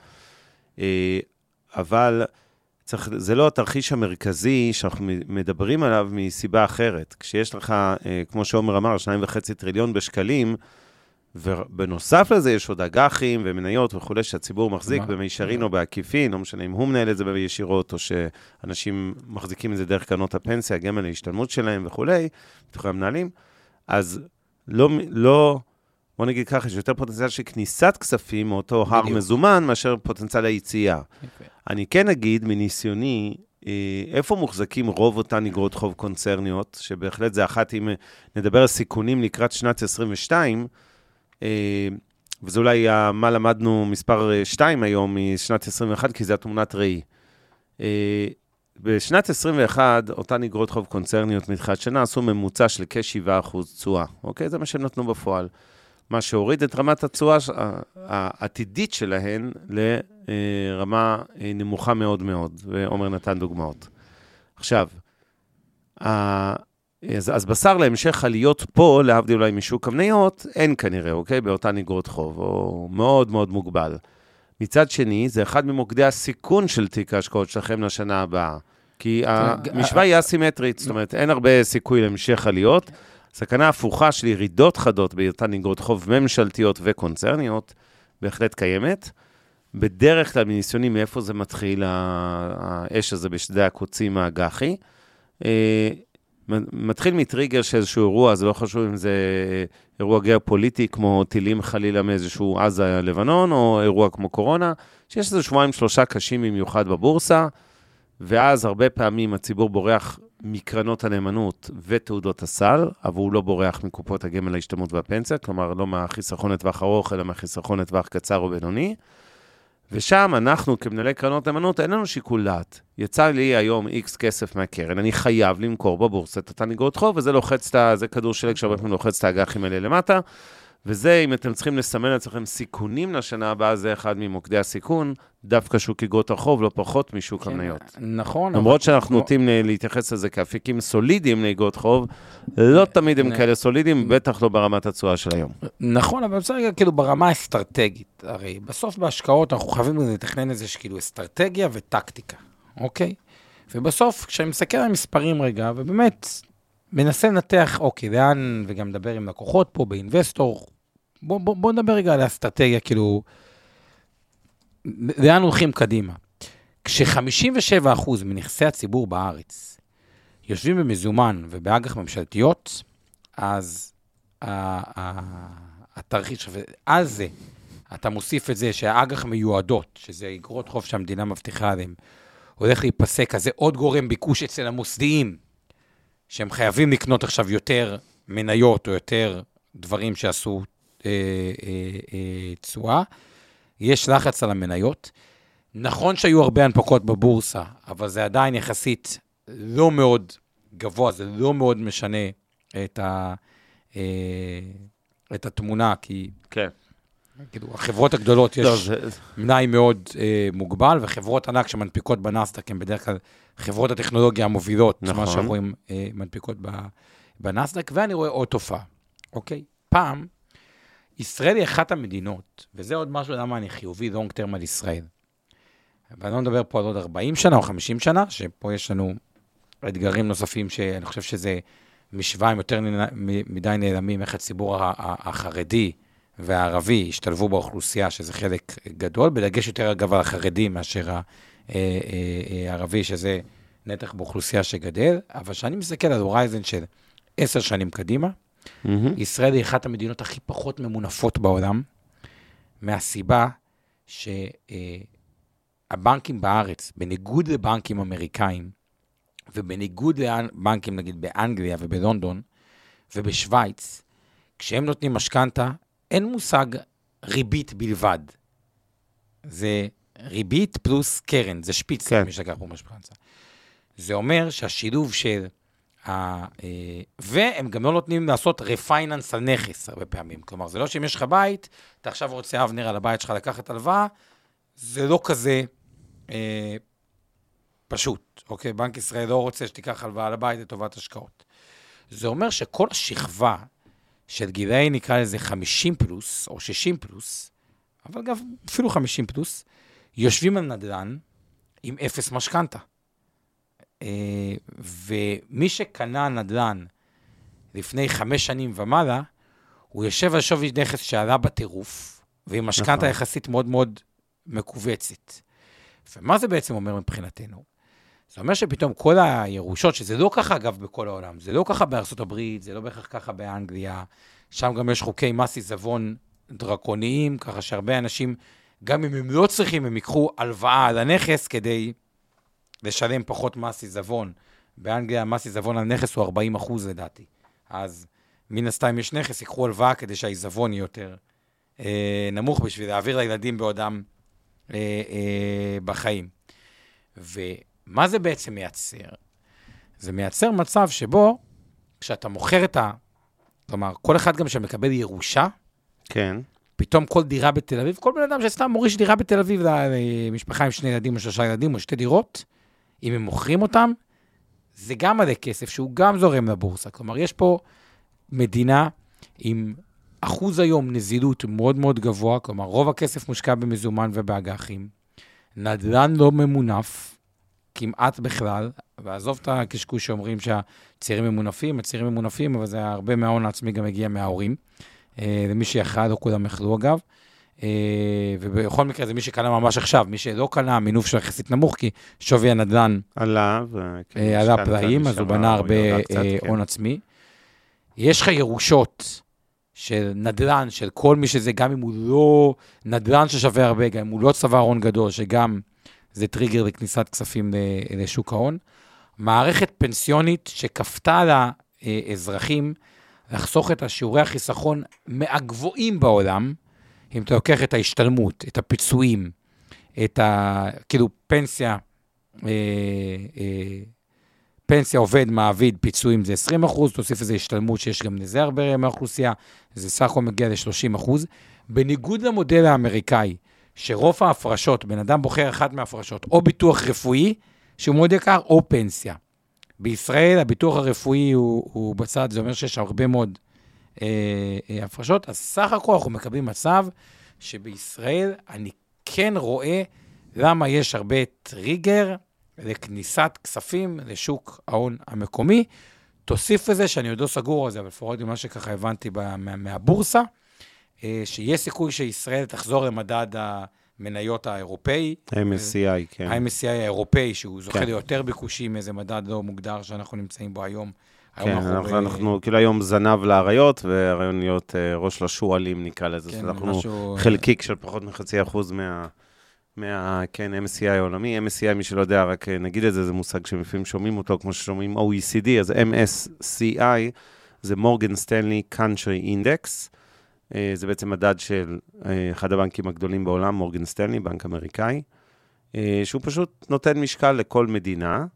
אבל צריך, זה לא התרחיש המרכזי שאנחנו מדברים עליו מסיבה אחרת. כשיש לך, כמו שעומר אמר, שניים וחצי טריליון בשקלים, ובנוסף לזה יש עוד אג"חים ומניות וכו' שהציבור מחזיק במישרין או בעקיפין, לא משנה אם הוא מנהל את זה בישירות, או שאנשים מחזיקים את זה דרך קרנות הפנסיה, גם על ההשתלמות שלהם וכו', בתוך המנהלים, אז לא, לא, בוא נגיד ככה, יש יותר פוטנציאל של כניסת כספים מאותו הר מזומן, מאשר פוטנציאל היציאה. אני כן אגיד מניסיוני, איפה מוחזקים רוב אותן איגרות חוב קונצרניות, שבהחלט זה אחת, אם נדבר על סיכונים לקראת שנת עשרים ושתיים, וזה אולי מה למדנו מספר שתיים היום משנת עשרים ואחת, כי זה התמונת ראי. בשנת עשרים ואחת, אותן איגרות חוב קונצרניות מתחילת שנה עשו ממוצע של כ-שבעה אחוז תשואה. אוקיי? זה מה שהם נתנו בפועל. מה שהוריד את רמת התשואה העתידית שלהן לרמה נמוכה מאוד מאוד, ועומר נתן דוגמאות. עכשיו, אז, אז בשר להמשך עליות פה, להבדיל אולי משוק המניות, אין כנראה, אוקיי? באותן איגרות חוב, או מאוד מאוד מוגבל. מצד שני, זה אחד ממוקדי הסיכון של תיק ההשקעות שלכם לשנה הבאה. כי המשוואה היא אסימטרית, זאת אומרת, אין הרבה סיכוי להמשך עליות. סכנה הפוכה של ירידות חדות באותן איגרות חוב ממשלתיות וקונצרניות, בהחלט קיימת. בדרך כלל מניסיונים מאיפה זה מתחיל, האש הזה בשדה הקוצים האג"חי. מתחיל מטריגר שאיזשהו אירוע, זה לא חשוב אם זה אירוע גיאופוליטי, כמו טילים חלילה מאיזשהו עזה לבנון, או אירוע כמו קורונה, שיש איזה שבועיים שלושה קשים במיוחד בבורסה, ואז הרבה פעמים הציבור בורח מקרנות הנאמנות ותעודות הסל, אבל הוא לא בורח מקופות הגמל להשתלמות והפנסיה, כלומר לא מהחיסכון לטווח ארוך, אלא מהחיסכון לטווח קצר או בינוני. ושם אנחנו, כמנהלי קרנות נאמנות, אין לנו שיקול דעת. יצא לי היום איקס כסף מהקרן, אני חייב למכור בבורסה את אותן אגרות חוב, וזה לוחץ, זה כדור שלג שהרבה פעמים לוחץ את האג"חים האלה למטה, וזה, אם אתם צריכים לסמן לעצמכם סיכונים לשנה הבאה, זה אחד ממוקדי הסיכון, דווקא שוק אגרות החוב, לא פחות משוק המניות. נכון. למרות שאנחנו נוטים להתייחס לזה כאפיקים סולידיים לאגרות חוב, לא תמיד הם כאלה סולידיים, בטח לא ברמת התשואה של היום. נכון, אבל בסדר, כאילו ברמה האסטרטגית, הרי בסוף בהשקעות אנחנו חייבים לתכנן איזה כאילו אסטרטגיה וטקטיקה, אוקיי? ובסוף, כשאני מסתכל על מספרים רגע, ובאמת מנסה לנתח, אוקיי, לאן, וגם מדבר עם לקוחות פה, באינבסטור, בוא, בוא, בוא נדבר רגע על האסטרטגיה, כאילו, לאן הולכים קדימה. כש-חמישים ושבעה אחוז מנכסי הציבור בארץ יושבים במזומן ובאג"ח ממשלתיות, אז התרחיש, על זה, אתה מוסיף את זה שהאג"ח מיועדות, שזה אגרות חוב שהמדינה מבטיחה עליהם, הולך להיפסק, אז זה עוד גורם ביקוש אצל המוסדיים, שהם חייבים לקנות עכשיו יותר מניות או יותר דברים שעשו אה, אה, אה, צועה. יש לחץ על המניות. נכון שהיו הרבה הנפקות בבורסה, אבל זה עדיין יחסית לא מאוד גבוה, זה לא מאוד משנה את, ה, אה, את התמונה, כי כן. כאילו, החברות הגדולות יש לא, זה... מנהי מאוד אה, מוגבל, וחברות ענק שמנפיקות בנסדק, הן בדרך כלל חברות הטכנולוגיה המובילות, נכון. מה שרואים אה, מנפיקות בנסדק, ואני רואה עוד תופעה, אוקיי? פעם, ישראל היא אחת המדינות, וזה עוד משהו למה אני חיובי לונג טרם על ישראל. ואני לא מדבר פה על עוד ארבעים שנה או חמישים שנה, שפה יש לנו אתגרים נוספים, שאני חושב שזה משוואה עם יותר מדי נעלמים, איך הציבור החרדי והערבי השתלבו באוכלוסייה, שזה חלק גדול, בדגש יותר אגב על החרדי מאשר הערבי, שזה נתח באוכלוסייה שגדל, אבל שאני מסתכל על הורייזן של עשר שנים קדימה, mm-hmm. ישראל היא אחת המדינות הכי פחות ממונפות בעולם, מהסיבה שהבנקים בארץ, בניגוד לבנקים אמריקאים, ובניגוד לבנקים נגיד באנגליה ובלונדון, ובשוויץ, כשהם נותנים משכנתה, אין מושג ריבית בלבד. זה ריבית פלוס קרן, זה שפיץ, כן. מי שגר פה משכנתה. זה אומר שהשילוב של ה... והם גם לא נותנים לעשות רפייננס על נכס הרבה פעמים. כלומר, זה לא שאם יש לך בית, אתה עכשיו רוצה אבנר על הבית שלך לקחת הלוואה, זה לא כזה אה, פשוט. אוקיי? בנק ישראל לא רוצה שתיקח הלוואה על הבית לטובת השקעות. זה אומר שכל השכבה של גילאי נקרא לזה חמישים פלוס, או שישים פלוס, אבל גם אפילו חמישים פלוס, יושבים על נדל"ן עם אפס משכנתה. ומי שקנה נדל"ן לפני חמש שנים ומעלה, הוא יושב על שווי נכס שעלה בטירוף, ועם משכנתה יחסית מאוד מאוד מקובצת. ומה זה בעצם אומר מבחינתנו? זה אומר שפתאום כל הירושות, שזה לא ככה אגב בכל העולם, זה לא ככה בארצות הברית, זה לא בהכרח ככה באנגליה, שם גם יש חוקי מס עיזבון דרקוניים, ככה שהרבה אנשים, גם אם הם לא צריכים, הם ייקחו הלוואה על הנכס כדי לשלם פחות מס עיזבון. באנגליה מס עיזבון על נכס הוא ארבעים אחוז לדעתי. אז מן הסתם יש נכס, ייקחו הלוואה כדי שהעיזבון יהיה יותר אה, נמוך בשביל להעביר לילדים בעודם אה, אה, בחיים. ומה זה בעצם מייצר? זה מייצר מצב שבו, כשאתה מוכר את ה... כלומר, כל אחד גם שמקבל ירושה, כן. פתאום כל דירה בתל אביב, כל בן אדם שסתם מוריש דירה בתל אביב למשפחה עם שני ילדים או שלושה ילדים או שתי דירות, אם הם מוכרים אותם, זה גם עלי כסף שהוא גם זורם לבורסה. כלומר, יש פה מדינה עם אחוז היום נזילות מאוד מאוד גבוה, כלומר, רוב הכסף מושקע במזומן ובאג"חים, נדל"ן לא ממונף, כמעט בכלל, ועזוב את הקשקוש שאומרים שהצעירים ממונפים, הצעירים ממונפים, אבל זה הרבה מההון העצמי גם מגיע מההורים, למי שיחד או כולם יחלו אגב, ובכל מקרה זה מי שקנה ממש עכשיו, מי שלא קנה, המינוף שלו יחסית נמוך, כי שווי הנדל"ן עלה, עלה פלאים, אז הוא בנה הרבה הון עצמי. יש לך ירושות של נדל"ן, של כל מי שזה, גם אם הוא לא נדל"ן ששווה הרבה, גם אם הוא לא צבא הון גדול, שגם זה טריגר לכניסת כספים לשוק ההון, מערכת פנסיונית שכפתה לאזרחים לחסוך את השיעורי החיסכון מהגבוהים בעולם, אם אתה לוקח את ההשתלמות, את הפיצויים, את ה... כאילו פנסיה, אה, אה, פנסיה עובד, מעביד, פיצויים זה עשרים אחוז, תוסיף איזה השתלמות שיש גם לזה הרבה מהאוכלוסייה, זה סך הכל מגיע ל-שלושים אחוז. בניגוד למודל האמריקאי, שרוב ההפרשות, בן אדם בוחר אחת מההפרשות, או ביטוח רפואי, שהוא מאוד יקר, או פנסיה. בישראל הביטוח הרפואי הוא, הוא בצד, זה אומר שיש הרבה מאוד אה, אה, הפרשות, אז סך הכל אנחנו מקבלים מצב שבישראל אני כן רואה למה יש הרבה טריגר לכניסת כספים לשוק ההון המקומי. תוסיף לזה שאני עוד לא סגור על זה, אבל לפחות ממה שככה הבנתי מה, מהבורסה, אה, שיש סיכוי שישראל תחזור למדד המניות האירופאי. ה-אם אס סי איי, כן. ה-אם אס סי איי האירופאי, שהוא זוכה כן. ליותר ביקושים מאיזה מדד לא מוגדר שאנחנו נמצאים בו היום. כן, אנחנו, אנחנו, אנחנו כאילו היום זנב לאריות, והרעיון להיות uh, ראש לשועלים נקרא לזה. כן, אנחנו משהו... חלקיק של פחות מחצי אחוז מה... מה, כן, אם אס סי איי העולמי. אם אס סי איי, מי שלא יודע, רק נגיד את זה, זה מושג שמפעמים שומעים אותו, כמו ששומעים או אי סי די, אז אם אס סי איי זה מורגן סטנלי קאנטרי אינדקס, זה בעצם מדד של אחד הבנקים הגדולים בעולם, מורגן סטנלי, בנק אמריקאי, שהוא פשוט נותן משקל לכל מדינה,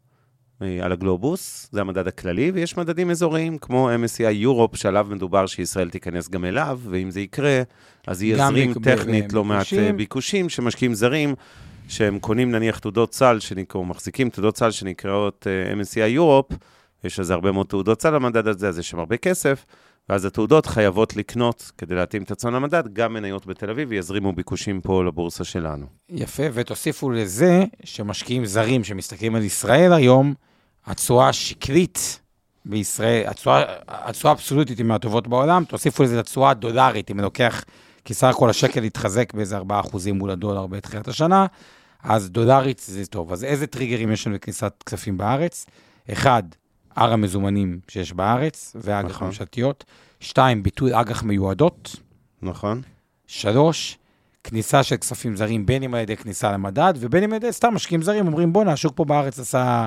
על הגלובוס, זה המדד הכללי, ויש מדדים אזוריים, כמו אם אס סי איי יורופ, שעליו מדובר שישראל תיכנס גם אליו, ואם זה יקרה, אז היא יזרים טכנית לא מעט ביקושים, שמשקיעים זרים, שהם קונים נניח תעודות סל, שנקראו, מחזיקים תעודות סל שנקראות אם אס סי איי יורופ, יש לזה הרבה מאוד תעודות סל למדד הזה, אז יש שם הרבה כסף, ואז התעודות חייבות לקנות, כדי להתאים את עצמם למדד, גם מניות בתל אביב, ויזרימו ביקושים פה לבורסה שלנו. יפה, ותוסיפו לזה, שמשקיעים זרים שמסתכלים על ישראל היום, התשואה השקלית בישראל, התשואה, התשואה האבסולוטית היא מהטובות בעולם, תוסיפו לזה את התשואה הדולרית, אם אני לוקח, כי סך הכל השקל יתחזק באיזה ארבעה אחוזים מול הדולר בתחילת השנה, אז דולרית זה טוב. אז איזה טריגרים יש לנו בכניסת כספים בארץ? אחד, הר המזומנים שיש בארץ, ואג"ח נכון. ממשלתיות. שתיים, ביטול אג"ח מיועדות. נכון. שלוש, כניסה של כספים זרים, בין אם על ידי כניסה למדד, ובין אם על ידי סתם משקיעים זרים, אומרים בוא, השוק פה בארץ עשה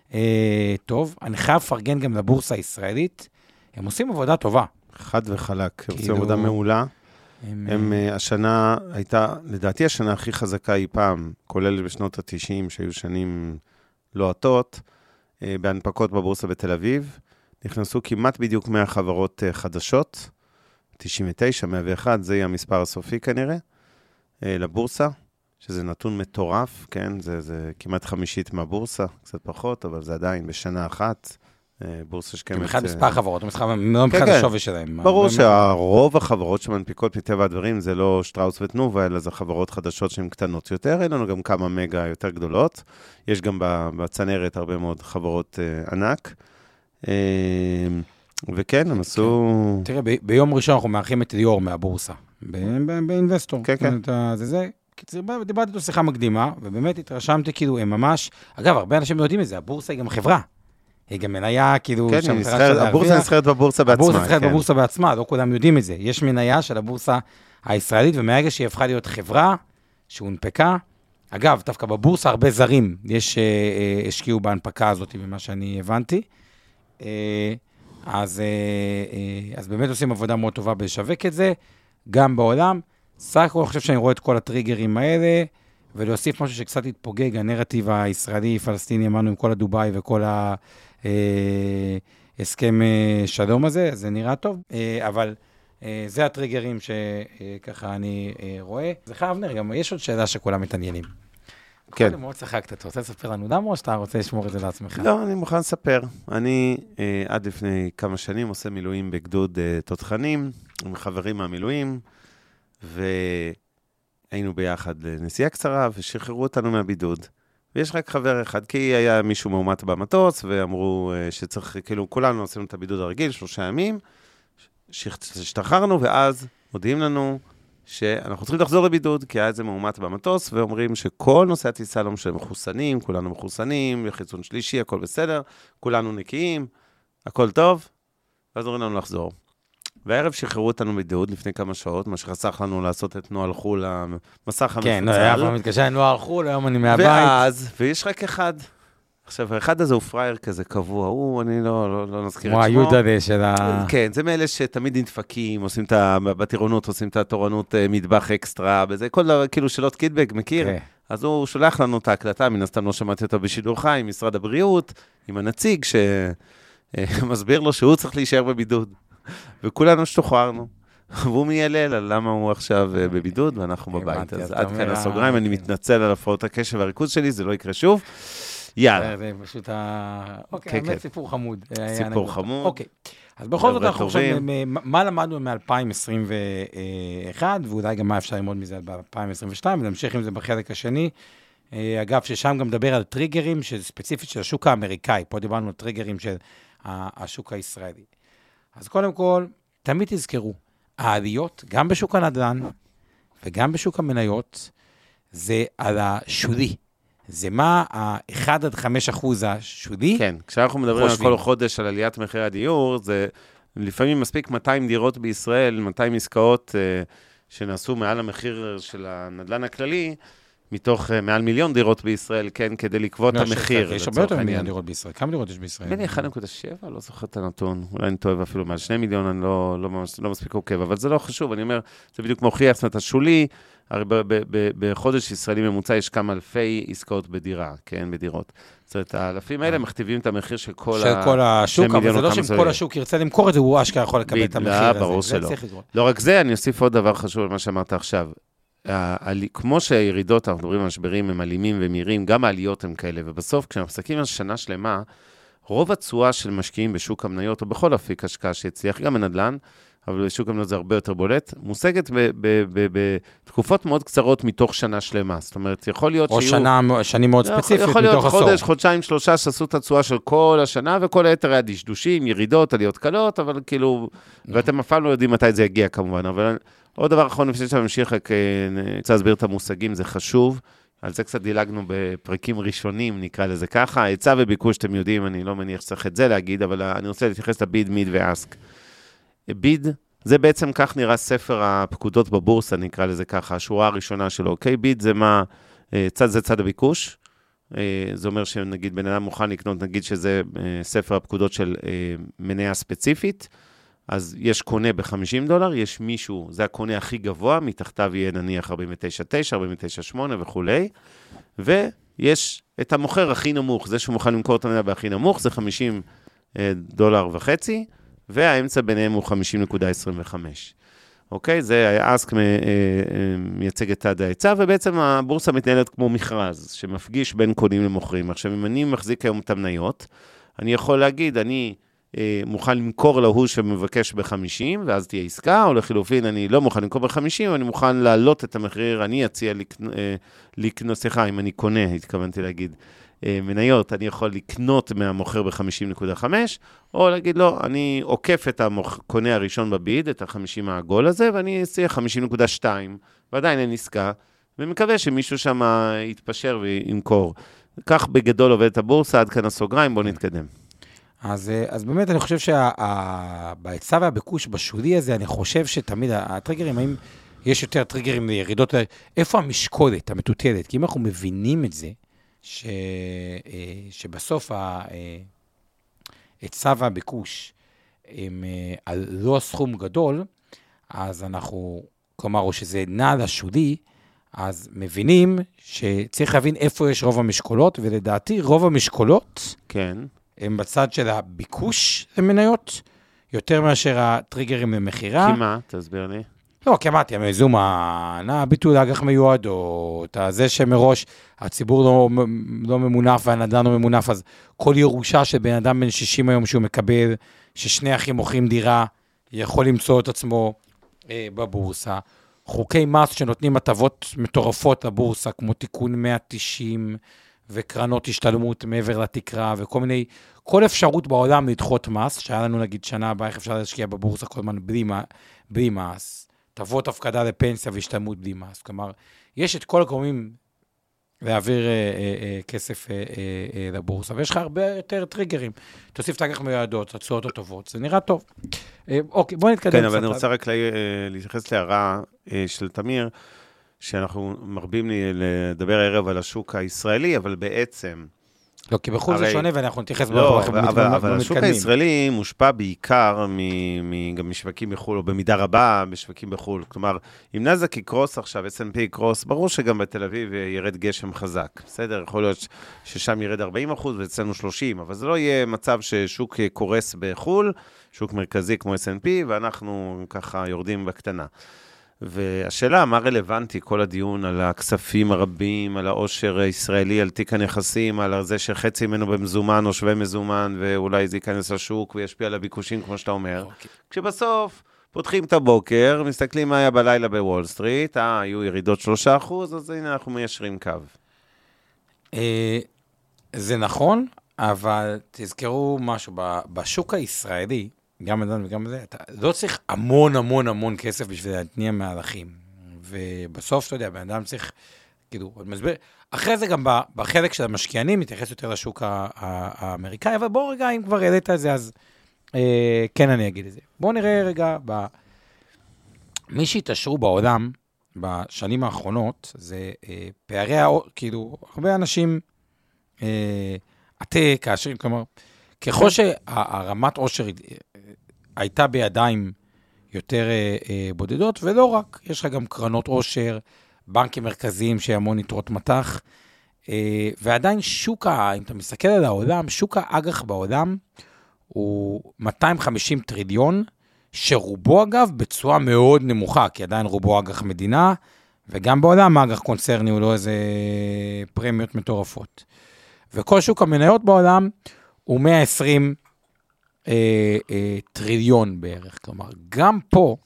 אה, טוב. אני חייב לפרגן גם לבורסה הישראלית, הם עושים עבודה טובה. חד וחלק, כאילו... עושים עבודה מעולה. הם, הם אה... השנה הייתה, לדעתי השנה הכי חזקה אי פעם, כולל בשנות ה-תשעים, שהיו שנים לוהטות, אה, בהנפקות בבורסה בתל אביב, נכנסו כמעט בדיוק מאה חברות אה, חדשות, תשעים ותשע, מאה ואחת, זה יהיה המספר הסופי כנראה, אה, לבורסה, שזה נתון מטורף, כן? זה, זה כמעט חמישית מהבורסה, קצת פחות, אבל זה עדיין בשנה אחת, בורסה שקמת... מבחינת מספר חברות, לא מבחינת השווי שלהם. ברור שהרוב החברות שמנפיקות מטבע הדברים, זה לא שטראוס ותנובה, אלא זה חברות חדשות שהן קטנות יותר, אין לנו גם כמה מגה יותר גדולות, יש גם בצנרת הרבה מאוד חברות ענק, וכן, הם עשו... תראה, ביום ראשון אנחנו מארחים את ליאור מהבורסה, באינבסטור. כן, כן. זה זה. דיברתי איתו שיחה מקדימה, ובאמת התרשמתי כאילו, הם ממש, אגב, הרבה אנשים יודעים את זה, הבורסה היא גם חברה. היא גם מניה, כאילו... כן, הבורסה נסחרת בבורסה בעצמה. הבורסה נסחרת בבורסה בעצמה, לא כולם יודעים את זה. יש מניה של הבורסה הישראלית, ומהרגע שהיא הפכה להיות חברה, שהונפקה, אגב, דווקא בבורסה הרבה זרים, יש השקיעו בהנפקה הזאת, ממה שאני הבנתי. אז, אז באמת עושים עבודה מאוד טובה בלשווק את זה, גם בעולם. סך הכל, אני חושב שאני רואה את כל הטריגרים האלה, ולהוסיף משהו שקצת התפוגג, הנרטיב הישראלי, פלסטיני, אמרנו עם כל הדובאי וכל ההסכם שלום הזה, זה נראה טוב, אבל זה הטריגרים שככה אני רואה. זה חייב נראה, גם יש עוד שאלה שכולם מתעניינים. כן. אני מאוד צחקת, אתה רוצה לספר לנו דם או שאתה רוצה לשמור את זה לעצמך? לא, אני מוכן לספר. אני עד לפני כמה שנים עושה מילואים בגדוד תותחנים, עם חברים מהמילואים, והיינו ביחד לנסיעה קצרה, ושחררו אותנו מהבידוד. ויש רק חבר אחד, כי היה מישהו מאומת במטוס, ואמרו שצריך, כאילו, כולנו עשינו את הבידוד הרגיל, שלושה ימים, שהשתחררנו, ואז מודיעים לנו שאנחנו צריכים לחזור לבידוד, כי היה איזה מאומת במטוס, ואומרים שכל נושא הטיסה לא משנה מחוסנים, כולנו מחוסנים, חיסון שלישי, הכל בסדר, כולנו נקיים, הכל טוב, ואז אומרים לנו לחזור. והערב שחררו אותנו בידוד לפני כמה שעות, מה שחסך לנו לעשות את נועל חול, המסך המפוצל. כן, היה פעם מתקשר נועל חול, היום אני מהבית. ואז, ויש רק אחד, עכשיו, האחד הזה הוא פרייר כזה קבוע, הוא, אני לא, לא, לא נזכיר את שמו. כמו היהודה הזה של ה... כן, זה מאלה שתמיד נדפקים, עושים את ה... בטירונות, עושים את התורנות מטבח אקסטרה, בזה, כל דבר, כאילו שאלות קידבק, מכיר? כן. אז הוא שולח לנו את ההקלטה, מן הסתם לא שמעתי אותו בשידור חי, עם משרד הבריאות, עם הנציג, שמסביר לו שהוא צריך להישאר בבידוד. וכולנו שתוחררנו. והוא מיילל על למה הוא עכשיו בבידוד, ואנחנו בבית. אז עד כאן הסוגריים, אני מתנצל על הפרעות הקשב והריכוז שלי, זה לא יקרה שוב. יאללה. זה פשוט ה... אוקיי, באמת סיפור חמוד. סיפור חמוד. אוקיי. אז בכל זאת אנחנו חושבים, מה למדנו מ-אלפיים עשרים ואחת, ואולי גם מה אפשר ללמוד מזה ב-אלפיים עשרים ושתיים, ונמשיך עם זה בחלק השני. אגב, ששם גם מדבר על טריגרים, שזה ספציפית של השוק האמריקאי, פה דיברנו על טריגרים של השוק הישראלי. אז קודם כל, תמיד תזכרו, העליות, גם בשוק הנדל"ן וגם בשוק המניות, זה על השולי. זה מה ה-אחד עד חמישה אחוז השולי? כן, כשאנחנו מדברים על כל חודש על עליית מחירי הדיור, זה לפעמים מספיק מאתיים דירות בישראל, מאתיים עסקאות שנעשו מעל המחיר של הנדל"ן הכללי, מתוך מעל מיליון דירות בישראל, כן, כדי לקבוע את המחיר. יש הרבה יותר מיליון דירות בישראל. כמה דירות יש בישראל? בין אחד נקודה שבע, לא זוכר את הנתון. אולי אני טועה אפילו מעל שני מיליון, אני לא מספיק עוקב, אבל זה לא חשוב. אני אומר, זה בדיוק מוכיח, זאת אומרת, השולי, הרי בחודש ישראלי ממוצע יש כמה אלפי עסקאות בדירה, כן, בדירות. זאת אומרת, האלפים האלה מכתיבים את המחיר של כל של כל השוק, אבל זה לא שאם כל השוק ירצה למכור את זה, הוא אשכרה יכול לקבל את המחיר הזה. ברור שלא. לא רק זה, אני אוסיף עוד דבר חשוב על מה שאמרת עכשיו. כמו שהירידות, אנחנו מדברים על משברים, הם אלימים ומהירים, גם העליות הם כאלה, ובסוף, כשאנחנו מסתכלים על שנה שלמה, רוב התשואה של משקיעים בשוק המניות, או בכל אפיק השקעה שהצליח, גם בנדל"ן, אבל בשוק המניות זה הרבה יותר בולט, מושגת בתקופות מאוד קצרות מתוך שנה שלמה. זאת אומרת, יכול להיות שיהיו... או שנה, שנים מאוד ספציפית מתוך עשור. יכול להיות חודש, חודשיים, שלושה, שעשו את התשואה של כל השנה, וכל היתר היה דשדושים, ירידות, עליות קלות, אבל כאילו, ואתם אף פעם לא יודעים מתי זה יגיע כמובן, אבל עוד דבר אחרון, לפני שאני ממשיך, רק רוצה להסביר את המושגים, זה חשוב. על זה קצת דילגנו בפרקים ראשונים, נקרא לזה ככה. היצע וביקוש, אתם יודעים, אני לא מניח שצריך את זה להגיד, אבל אני רוצה להתייחס לביד, מיד ואסק. ביד, זה בעצם כך נראה ספר הפקודות בבורסה, נקרא לזה ככה, השורה הראשונה שלו. אוקיי, ביד זה מה, צד זה צד הביקוש. זה אומר שנגיד בן אדם מוכן לקנות, נגיד שזה ספר הפקודות של מניה ספציפית, אז יש קונה ב-חמישים דולר, יש מישהו, זה הקונה הכי גבוה, מתחתיו יהיה נניח ארבעים ותשע נקודה תשע, ארבעים ותשע נקודה שמונה וכולי, ויש את המוכר הכי נמוך, זה שהוא מוכן למכור את המניה בהכי נמוך, זה חמישים דולר וחצי, והאמצע ביניהם הוא חמישים נקודה עשרים וחמש. אוקיי? זה אסק מייצג את תד ההיצע, ובעצם הבורסה מתנהלת כמו מכרז, שמפגיש בין קונים למוכרים. עכשיו, אם אני מחזיק היום את המניות, אני יכול להגיד, אני מוכן למכור להוא שמבקש ב-חמישים, ואז תהיה עסקה, או לחילופין, אני לא מוכן למכור ב-חמישים, אני מוכן להעלות את המחיר, אני אציע לקנות, סליחה, אם אני קונה, התכוונתי להגיד, מניות, אני יכול לקנות מהמוכר ב-חמישים נקודה חמש, או להגיד לו, אני עוקף את הקונה הראשון בביד, את ה-חמישים העגול הזה, ואני אציע חמישים נקודה שתיים, ועדיין אין עסקה, ומקווה שמישהו שם יתפשר וימכור. כך בגדול עובדת הבורסה, עד כאן הסוגריים, בואו נתקדם. אז, אז באמת אני חושב שבהיצע והביקוש בשולי הזה, אני חושב שתמיד הטריגרים, האם יש יותר טריגרים לירידות, איפה המשקולת, המטוטלת? כי אם אנחנו מבינים את זה, ש, שבסוף ההיצע והביקוש הם על לא סכום גדול, אז אנחנו, כלומר, או שזה נע לשולי, אז מבינים שצריך להבין איפה יש רוב המשקולות, ולדעתי רוב המשקולות, כן. הם בצד של הביקוש למניות, יותר מאשר הטריגרים למחירה. כי מה? תסביר לי. לא, כי אמרתי, המזום, הביטול האג"ח מיועדות, זה שמראש הציבור לא, לא ממונף והנדל"ן לא ממונף, אז כל ירושה של בן אדם בן שישים היום שהוא מקבל, ששני אחים מוכרים דירה, יכול למצוא את עצמו אה, בבורסה. חוקי מס שנותנים הטבות מטורפות לבורסה, כמו תיקון מאה תשעים, וקרנות השתלמות מעבר לתקרה, וכל מיני, כל אפשרות בעולם לדחות מס, שהיה לנו נגיד שנה הבאה, איך אפשר להשקיע בבורסה כל הזמן בלי, בלי מס, תבות הפקדה לפנסיה והשתלמות בלי מס. כלומר, יש את כל הגורמים להעביר אה, אה, כסף אה, אה, לבורסה, ויש לך הרבה יותר טריגרים. תוסיף תגח מיועדות, הצעות הטובות, זה נראה טוב. אה, אוקיי, בוא נתקדם. כן, אבל אני רוצה רק להתייחס להערה אה, של תמיר, שאנחנו מרבים לדבר הערב על השוק הישראלי, אבל בעצם לא, כי בחו"ל זה שונה, ואנחנו נתייחס לא, אבל השוק הישראלי מושפע בעיקר גם משווקים בחו"ל, או במידה רבה משווקים בחו"ל. כלומר, אם נזק יקרוס עכשיו, אס אנד פי יקרוס, ברור שגם בתל אביב ירד גשם חזק. בסדר, יכול להיות ששם ירד ארבעים אחוז ואצלנו שלושים, אבל זה לא יהיה מצב ששוק קורס בחו"ל, שוק מרכזי כמו אס אנד פי, ואנחנו ככה יורדים בקטנה. והשאלה, מה רלוונטי כל הדיון על הכספים הרבים, על העושר הישראלי, על תיק הנכסים, על זה שחצי ממנו במזומן או שווה מזומן, ואולי זה ייכנס לשוק וישפיע על הביקושים, כמו שאתה אומר. Okay. כשבסוף פותחים את הבוקר, מסתכלים מה היה בלילה בוול סטריט, אה, היו ירידות שלושה אחוז, אז הנה אנחנו מיישרים קו. זה נכון, אבל תזכרו משהו, בשוק הישראלי, גם אדם וגם בזה, אתה לא צריך המון המון המון כסף בשביל להתניע מהלכים. ובסוף, אתה יודע, בן אדם צריך, כאילו, עוד מסביר, אחרי זה גם בחלק של המשקיענים, מתייחס יותר לשוק האמריקאי, אבל בואו רגע, אם כבר העלית את זה, אז אה, כן אני אגיד את זה. בואו נראה רגע, ב... מי שהתעשרו בעולם, בשנים האחרונות, זה אה, פערי, כאילו, הרבה אנשים, אה, עתק, העשירים, כלומר, ככל שהרמת עושר הייתה בידיים יותר בודדות, ולא רק, יש לך גם קרנות עושר, בנקים מרכזיים שהמון יתרות מתח, ועדיין שוק, אם אתה מסתכל על העולם, שוק האג"ח בעולם הוא מאתיים וחמישים טריליון, שרובו אגב בצורה מאוד נמוכה, כי עדיין רובו אג"ח מדינה, וגם בעולם אג"ח קונצרני הוא לא איזה פרמיות מטורפות. וכל שוק המניות בעולם הוא מאה ועשרים אה, אה, טריליון בערך. כלומר, גם פה,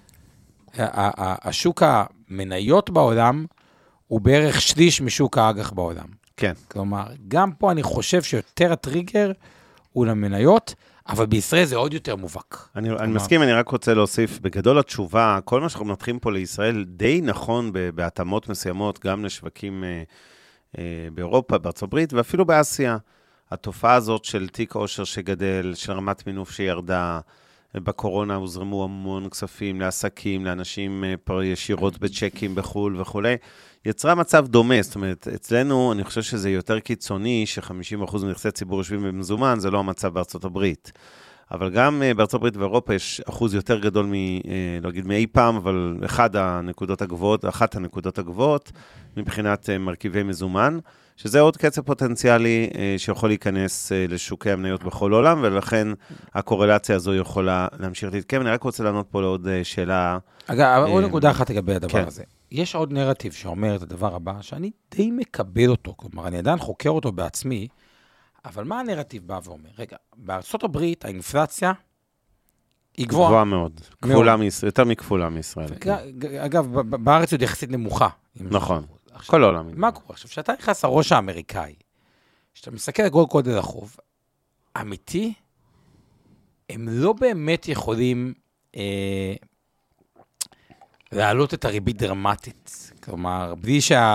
השוק המניות בעולם, הוא בערך שליש משוק האג"ח בעולם. כן. כלומר, גם פה אני חושב שיותר הטריגר הוא למניות, אבל בישראל זה עוד יותר מובהק. אני, כלומר... אני מסכים, אני רק רוצה להוסיף, בגדול התשובה, כל מה שאנחנו מנתחים פה לישראל, די נכון בהתאמות מסוימות, גם לשווקים אה, אה, באירופה, בארצות הברית, ואפילו באסיה. התופעה הזאת של תיק עושר שגדל, של רמת מינוף שירדה, בקורונה הוזרמו המון כספים לעסקים, לאנשים ישירות בצ'קים בחול וכו'. יצרה מצב דומה, זאת אומרת, אצלנו אני חושב שזה יותר קיצוני, ש-חמישים אחוז מנכסי ציבור יושבים במזומן, זה לא המצב בארצות הברית. אבל גם בארצות הברית ואירופה יש אחוז יותר גדול, מ, לא אגיד מאי פעם, אבל אחד הנקודות הגבוהות, אחת הנקודות הגבוהות, מבחינת מרכיבי מזומן, שזה עוד קצב פוטנציאלי שיכול להיכנס לשוקי המניות בכל עולם, ולכן הקורלציה הזו יכולה להמשיך להתקיים. אני רק רוצה לענות פה לעוד שאלה. אגב, עוד נקודה אחת לגבי הדבר הזה. יש עוד נרטיב שאומר את הדבר הבא, שאני די מקבל אותו, כלומר, אני עדיין חוקר אותו בעצמי, אבל מה הנרטיב בא ואומר? רגע, בארצות הברית האינפלציה היא גבוהה. גבוהה מאוד. כפולה מישראל, יותר מכפולה מישראל. אגב, בארץ עוד יחסית נמוכה. נכון. כל העולם. מה קורה? עכשיו, כשאתה נכנס לראש האמריקאי, כשאתה מסתכל על כל קודל החוב, אמיתי, הם לא באמת יכולים אה, להעלות את הריבית דרמטית. כלומר, בלי שה...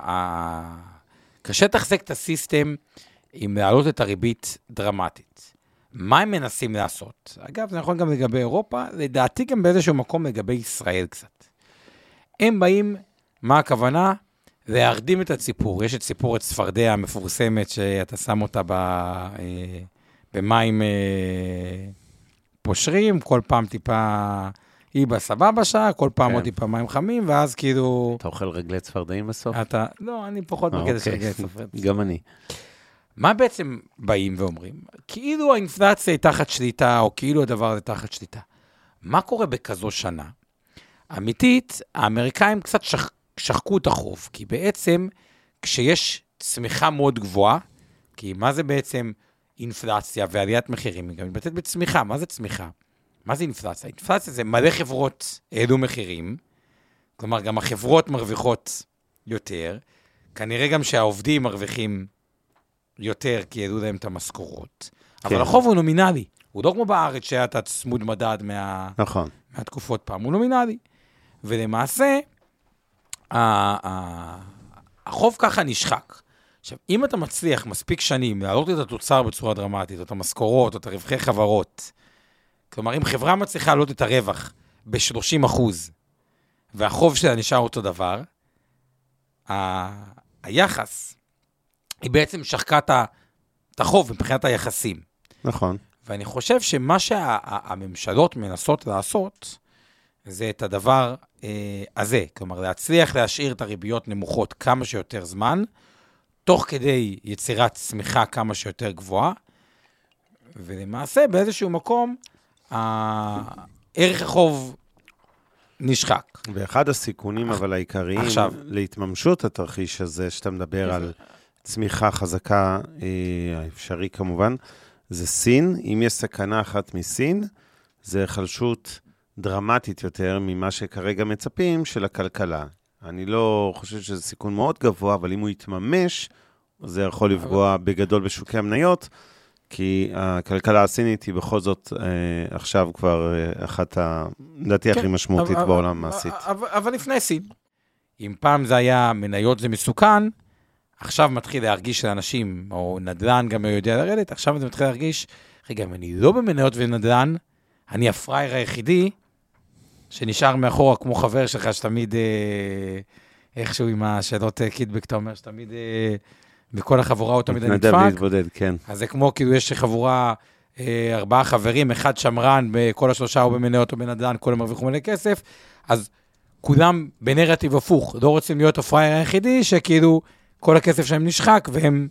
קשה תחזק את הסיסטם עם להעלות את הריבית דרמטית. מה הם מנסים לעשות? אגב, זה נכון גם לגבי אירופה, לדעתי גם באיזשהו מקום לגבי ישראל קצת. הם באים, מה הכוונה? להרדים את הציפור. יש את ציפורת צפרדע המפורסמת שאתה שם אותה ב, אה, במים אה, פושרים, כל פעם טיפה היא בסבבה שעה, כל פעם כן. עוד טיפה מים חמים, ואז כאילו... אתה אוכל רגלי צפרדעים בסוף? אתה... לא, אני פחות בקטע אוקיי. של רגלי צפרדעים. גם אני. מה בעצם באים ואומרים? כאילו האינפלציה היא תחת שליטה, או כאילו הדבר הזה תחת שליטה. מה קורה בכזו שנה? אמיתית, האמריקאים קצת שח... שחקו את החוב, כי בעצם כשיש צמיחה מאוד גבוהה, כי מה זה בעצם אינפלציה ועליית מחירים? היא גם מתבטאת בצמיחה. מה זה צמיחה? מה זה אינפלציה? אינפלציה זה מלא חברות העלו מחירים, כלומר גם החברות מרוויחות יותר, כנראה גם שהעובדים מרוויחים יותר, כי העלו להם את המשכורות. כן. אבל החוב הוא נומינלי, הוא לא כמו בארץ שהיה את צמוד מדד מה... נכון. מהתקופות פעם, הוא נומינלי. ולמעשה, החוב ככה נשחק. עכשיו, אם אתה מצליח מספיק שנים להעלות את התוצר בצורה דרמטית, או את המשכורות, או את הרווחי חברות, כלומר, אם חברה מצליחה להעלות את הרווח ב-שלושים אחוז, והחוב שלה נשאר אותו דבר, ה- היחס היא בעצם שחקה את את החוב מבחינת היחסים. נכון. ואני חושב שמה שהממשלות מנסות לעשות, זה את הדבר אה, הזה, כלומר, להצליח להשאיר את הריביות נמוכות כמה שיותר זמן, תוך כדי יצירת צמיחה כמה שיותר גבוהה, ולמעשה באיזשהו מקום, הערך החוב נשחק. ואחד הסיכונים, אבל העיקריים, עכשיו, להתממשות התרחיש הזה, שאתה מדבר על צמיחה חזקה, האפשרי כמובן, זה סין. אם יש סכנה אחת מסין, זה חלשות דרמטית יותר ממה שכרגע מצפים של הכלכלה. אני לא חושב שזה סיכון מאוד גבוה, אבל אם הוא יתממש, זה יכול לפגוע בגדול בשוקי המניות, כי הכלכלה הסינית היא בכל זאת אה, עכשיו כבר אה, אחת הדעתי כן, הכי משמעותית אבל, בעולם המעשית. אבל, אבל לפני סין, אם פעם זה היה מניות זה מסוכן, עכשיו מתחיל להרגיש לאנשים, או נדל"ן גם לא יודע לרדת, עכשיו זה מתחיל להרגיש, רגע, אם אני לא במניות ונדל"ן, אני הפרייר היחידי, שנשאר מאחורה כמו חבר שלך, שתמיד אה, איכשהו עם השאלות קידבק, אתה אומר שתמיד... אה, בכל החבורה הוא תמיד נדפק. מתנדב להתבודד, כן. אז זה כמו, כאילו, יש חבורה, אה, ארבעה חברים, אחד שמרן, בכל השלושה הוא במניות או בנדל"ן, כולם מרוויחו מלא כסף, אז כולם בנרטיב הפוך, לא רוצים להיות הפרייר היחידי, שכאילו, כל הכסף שלהם נשחק, והם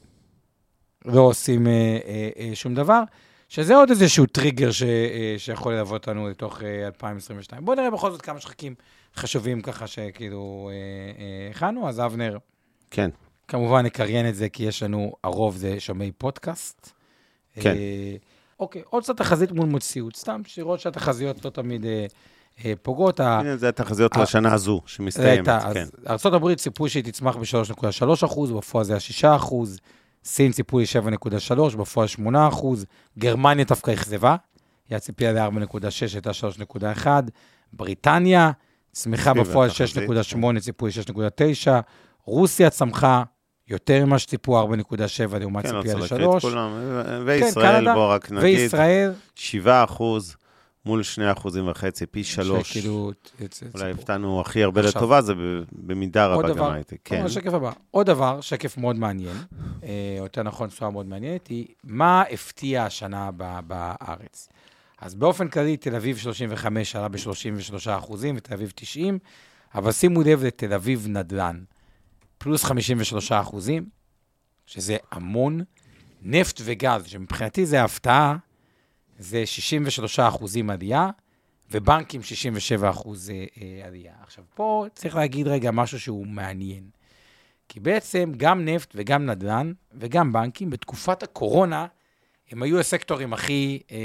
לא עושים אה, אה, אה, שום דבר, שזה עוד איזשהו טריגר ש, אה, שיכול ללוות אותנו לתוך אה, אלפיים עשרים ושתיים. בואו נראה בכל זאת כמה שחקים חשובים ככה, שכאילו, אה, אה, הכנו, אז אבנר. כן. כמובן נקריין את זה, כי יש לנו, הרוב זה שומעי פודקאסט. כן. אה, אוקיי, עוד קצת תחזית מול מציאות, סתם שירות שהתחזיות לא תמיד אה, אה, פוגעות. הנה, זה התחזיות לשנה הזו, שמסתיימת, כן. ארצות הברית ציפוי שהיא תצמח ב-שלוש נקודה שלוש אחוז, בפועל זה ה-שישה אחוז, סין ציפוי שבע נקודה שלוש, בפועל שמונה אחוז, גרמניה דווקא אכזבה, היא הציפייה ל-ארבע נקודה שש, הייתה שלוש נקודה אחת, בריטניה, צמיחה בפועל שש נקודה שמונה, ציפוי שש נקודה תשע, רוסיה צמחה יותר ממה שציפו ארבע נקודה שבע, לעומת ציפייה ל-שלוש. וישראל, בוא רק נגיד, שבעה אחוז מול שני אחוזים וחצי, פי שלוש. אולי הפתענו הכי הרבה לטובה, זה במידה רבה גם הייתי. שקף הבא. עוד דבר, שקף מאוד מעניין, יותר נכון, סועה מאוד מעניינת, היא מה הפתיע השנה בארץ. אז באופן כללי, תל אביב שלושים וחמש עלה ב-שלושים ושלושה אחוזים, ותל אביב תשעים, אבל שימו לב לתל אביב נדל"ן. פלוס חמישים ושלושה אחוזים, שזה המון, נפט וגז, שמבחינתי זה ההפתעה, זה שישים ושלושה אחוזים עלייה, ובנקים שישים ושבעה אחוז עלייה. עכשיו, פה צריך להגיד רגע משהו שהוא מעניין, כי בעצם גם נפט וגם נדל"ן וגם בנקים, בתקופת הקורונה, הם היו הסקטורים הכי אה,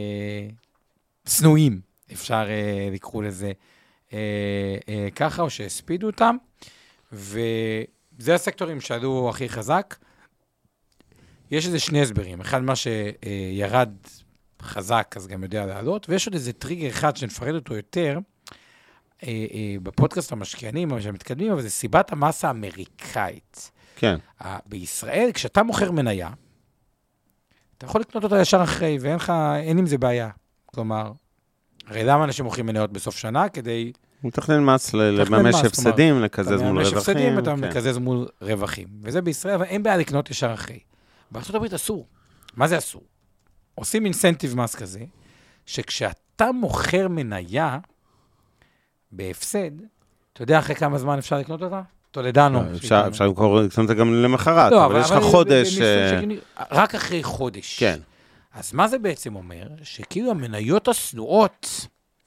סנועים, אפשר אה, לקרוא לזה אה, אה, ככה, או שהספידו אותם, וזה הסקטורים שעלו הכי חזק. יש איזה שני הסברים. אחד, מה שירד חזק, אז גם יודע לעלות, ויש עוד איזה טריגר אחד שנפרד אותו יותר, בפודקאסט המשקיענים, שמתקדמים, אבל זה סיבת המסה האמריקאית. כן. בישראל, כשאתה מוכר מניה, אתה יכול לקנות אותה ישר אחרי, ואין לך, אין עם זה בעיה. כלומר, הרי למה אנשים מוכרים מניות בסוף שנה? כדי... מתכנן מס, לממש הפסדים, לקזז מול רווחים. הפסדים, אתה מקזז מול רווחים. וזה בישראל, אבל אין בעיה לקנות ישר אחרי. בארצות הברית אסור. מה זה אסור? עושים אינסנטיב מס כזה, שכשאתה מוכר מניה בהפסד, אתה יודע אחרי כמה זמן אפשר לקנות אותה? תולדנו. אפשר לקנות אותה גם למחרת, אבל יש לך חודש... רק אחרי חודש. כן. אז מה זה בעצם אומר? שכאילו המניות הסנועות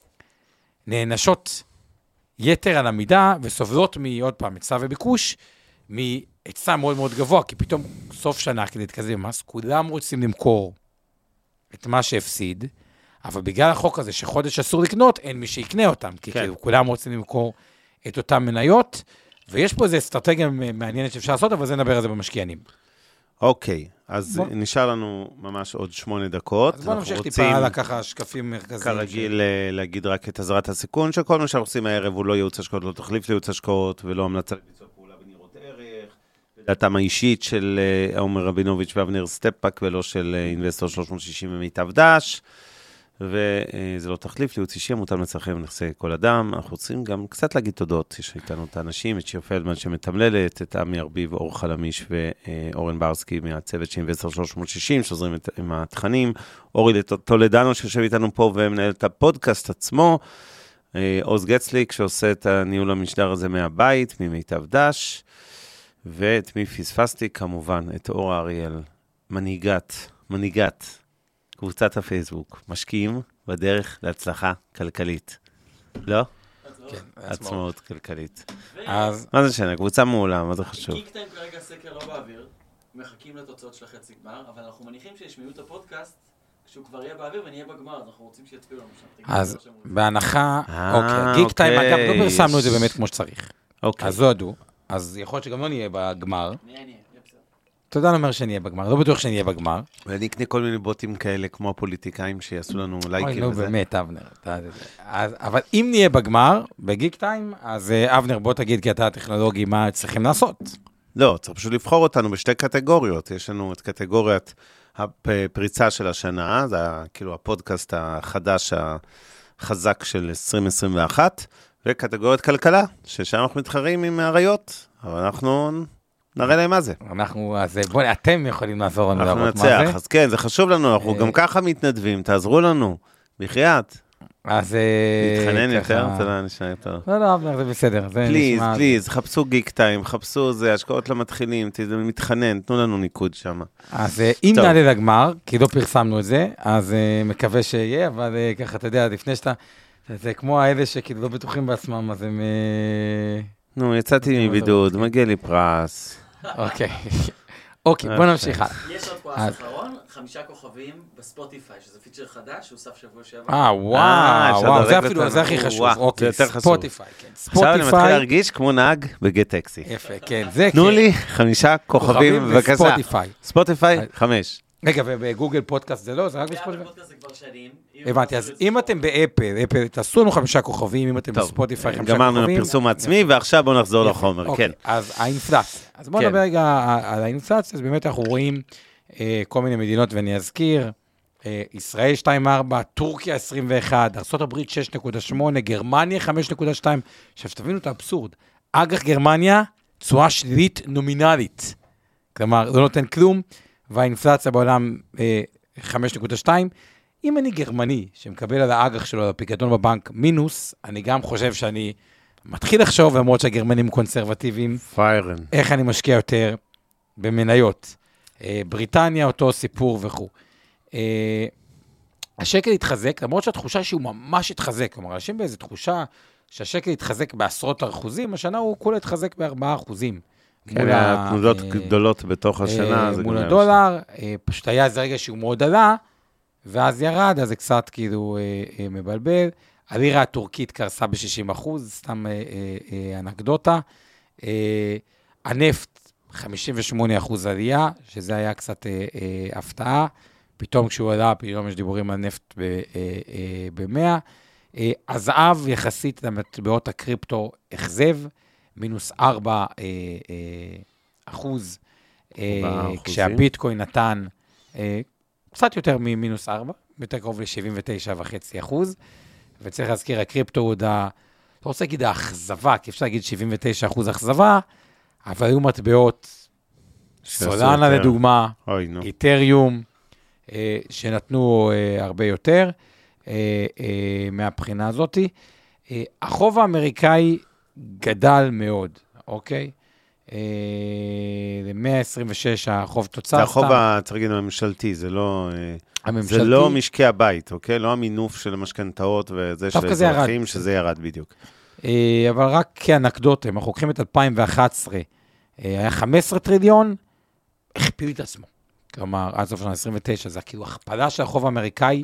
נענשות יתר על המידה, וסובלות מעוד פעם, היצע וביקוש, מהיצע מאוד מאוד גבוה, כי פתאום סוף שנה, כדי להתקזז במס, כולם רוצים למכור את מה שהפסיד, אבל בגלל החוק הזה שחודש אסור לקנות, אין מי שיקנה אותם, כי כן. כאילו כולם רוצים למכור את אותם מניות, ויש פה איזו אסטרטגיה מעניינת שאפשר לעשות, אבל זה נדבר על זה במשקיענים. אוקיי, אז בוא. נשאר לנו ממש עוד שמונה דקות. אז בוא נמשיך טיפה הלאה ככה שקפים מרכזיים. כרגיל ש... להגיד רק את עזרת הסיכון, שכל מה שאנחנו עושים הערב הוא לא ייעוץ השקעות, לא תחליף לייעוץ השקעות, ולא המלצה לביצוע פעולה בניירות ערך, ודעתם האישית של עומר רבינוביץ' ואבנר סטפאק, ולא של אינבסטור שלוש מאות שישים ומיטב דש. וזה לא תחליף, ליוץ אישי, עמותה לצרכים ונכסי כל אדם. אנחנו רוצים גם קצת להגיד תודות, יש איתנו את האנשים, את שיר פלדמן שמתמללת, את עמי ארביב, אור חלמיש ואורן ברסקי מהצוות של אינבסטור שלוש מאות שישים, שעוזרים עם התכנים, אורי טולדנו שיושב איתנו פה ומנהל את הפודקאסט עצמו, עוז גצליק שעושה את הניהול המשדר הזה מהבית, ממיטב דש, ואת מי פספסתי כמובן, את אור אריאל, מנהיגת, מנהיגת, קבוצת הפייסבוק, משקיעים בדרך להצלחה כלכלית. לא? כן, עצמאות כלכלית. אז... מה זה שנה? קבוצה מעולה, מה זה חשוב? גיקטיים כרגע סקר לא באוויר, מחכים לתוצאות של החצי גמר, אבל אנחנו מניחים שישמעו את הפודקאסט כשהוא כבר יהיה באוויר ונהיה בגמר, אז אנחנו רוצים שיצביעו לנו שם. אז בהנחה, אוקיי, גיקטיים, אגב, לא פרסמנו את זה באמת כמו שצריך. אוקיי. אז לא ידעו, אז יכול להיות שגם לא נהיה בגמר. נהיה, נהיה, בסדר. תודה לא אומר שנהיה בגמר, לא בטוח שנהיה בגמר. ואני אקנה כל מיני בוטים כאלה, כמו הפוליטיקאים שיעשו לנו לייקים אוי, לא וזה. באמת, אבנר. אבל אם נהיה בגמר, בגיק טיים, אז אבנר, בוא תגיד, כי אתה הטכנולוגי, מה צריכים לעשות? לא, צריך פשוט לבחור אותנו בשתי קטגוריות. יש לנו את קטגוריית הפריצה של השנה, זה כאילו הפודקאסט החדש, החזק של עשרים עשרים ואחת, וקטגוריית כלכלה, ששם אנחנו מתחרים עם הריות, אבל אנחנו נראה להם מה זה. אנחנו, אז בואו, אתם יכולים לעזור לנו אנחנו להראות מה זה. נצח, אז כן, זה חשוב לנו, אנחנו גם ככה מתנדבים, תעזרו לנו, בחייאת. אז... להתחנן יותר, אתה לא נשמע יותר. לא, לא, אבנר, זה בסדר. פליז, פליז, חפשו גיק טיים, חפשו זה, השקעות למתחילים, מתחנן, תנו לנו ניקוד שם. אז אם נעלה לגמר, כי לא פרסמנו את זה, אז מקווה שיהיה, אבל ככה, אתה יודע, לפני שאתה... זה כמו האלה שכאילו לא בטוחים בעצמם, אז הם... נו, יצאתי מבידוד, מגיע לי פרס. אוקיי. אוקיי, בוא נמשיך. יש עוד פרס אחרון, חמישה כוכבים בספוטיפיי, שזה פיצ'ר חדש, שהוא סף שבוע שעבר. אה, וואו, וואו, זה אפילו, זה הכי חשוב. אוקיי, ספוטיפיי, כן. עכשיו אני מתחיל להרגיש כמו נהג בגט טקסי. יפה, כן, זה כן. תנו לי חמישה כוכבים בבקשה. בספוטיפיי. ספוטיפיי, חמש. רגע, ובגוגל פודקאסט זה לא? זה רק בספוטיפיי? בפודקאסט זה כבר שנים. הבנתי, אז אם אתם באפל, אפל, תעשו לנו חמישה כוכבים, אם אתם בספוטיפיי חמישה כוכבים. גמרנו עם הפרסום העצמי, ועכשיו בואו נחזור לחומר, כן. אז האינפלציה. אז בואו נדבר רגע על האינפלציה, אז באמת אנחנו רואים כל מיני מדינות, ואני אזכיר, ישראל שתיים נקודה ארבע, טורקיה עשרים ואחת, ארצות הברית שש נקודה שמונה, גרמניה חמש נקודה שתיים. עכשיו, תבינו את האבסורד. אג"ח גרמניה, תשואה שלילית נומינלית. כלומר, לא נותן כלום, והאינפלציה בעולם חמש נקודה שתיים. אם אני גרמני שמקבל על האג"ח שלו, על הפיקדון בבנק מינוס, אני גם חושב שאני מתחיל לחשוב, למרות שהגרמנים קונסרבטיביים, פיירן. איך אני משקיע יותר במניות. בריטניה, אותו סיפור וכו'. השקל התחזק, למרות שהתחושה שהוא ממש התחזק, כלומר, אנשים באיזו תחושה שהשקל התחזק בעשרות אחוזים, השנה הוא כולה התחזק בארבעה אחוזים. כן, התנודות גדולות בתוך השנה. מול הדולר, פשוט היה איזה רגע שהוא מאוד עלה, ואז ירד, אז זה קצת כאילו מבלבל. הלירה הטורקית קרסה ב-שישים אחוז, סתם אנקדוטה. הנפט, חמישים ושמונה אחוז עלייה, שזה היה קצת הפתעה. פתאום כשהוא עלה, פתאום יש דיבורים על נפט ב-מאה. הזהב יחסית למטבעות הקריפטו אכזב, מינוס ארבע אחוז, כשהביטקוין נתן קצת יותר ממינוס ארבע, יותר קרוב ל-שבעים ותשע נקודה חמש אחוז, וצריך להזכיר, הקריפטו הוא דה, לא רוצה להגיד האכזבה, כי אפשר להגיד שבעים ותשע אחוז אכזבה, אבל היו מטבעות, סולנה לדוגמה, איתריום, שנתנו הרבה יותר, מהבחינה הזאת. החוב האמריקאי גדל מאוד, אוקיי? ל-מאה עשרים ושש החוב תוצר. זה החוב, צריך להגיד, הממשלתי, זה לא... זה לא משקי הבית, אוקיי? לא המינוף של המשכנתאות וזה של האזרחים, שזה ירד בדיוק. אבל רק כאנקדוטה, אנחנו לוקחים את אלפיים ואחת עשרה, היה חמישה עשר טריליון, הכפיל את עצמו. כלומר, עד סוף שנה עשרים ותשע, זה כאילו הכפלה של החוב האמריקאי,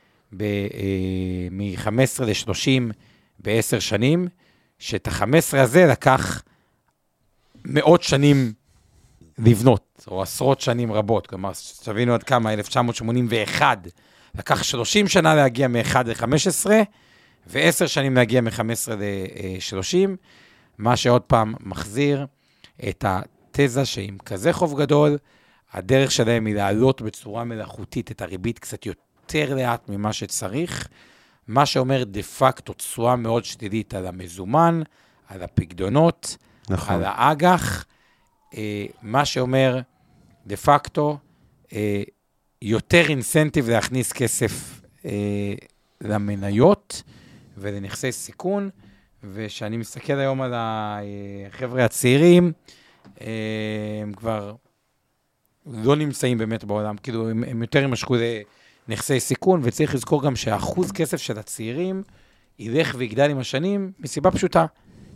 מ-חמש עשרה ל-שלושים בעשר שנים, שאת ה-חמש עשרה הזה לקח מאות שנים לבנות, או עשרות שנים רבות, כלומר, תבינו עד כמה, אלף תשע מאות שמונים ואחת, לקח שלושים שנה להגיע מ-אחד ל-חמש עשרה, ו-עשר שנים להגיע מ-חמש עשרה ל-שלושים, מה שעוד פעם מחזיר את התזה שעם כזה חוב גדול, הדרך שלהם היא לעלות בצורה מלאכותית את הריבית קצת יותר, יותר לאט ממה שצריך, מה שאומר דה פקטו תשואה מאוד שלילית על המזומן, על הפקדונות, נכון. על האג"ח, מה שאומר דה פקטו, יותר אינסנטיב להכניס כסף למניות ולנכסי סיכון, ושאני מסתכל היום על החבר'ה הצעירים, הם כבר לא נמצאים באמת בעולם, כאילו הם, הם יותר ימשכו לנכסי סיכון, וצריך לזכור גם שהאחוז כסף של הצעירים ילך ויגדל עם השנים, מסיבה פשוטה.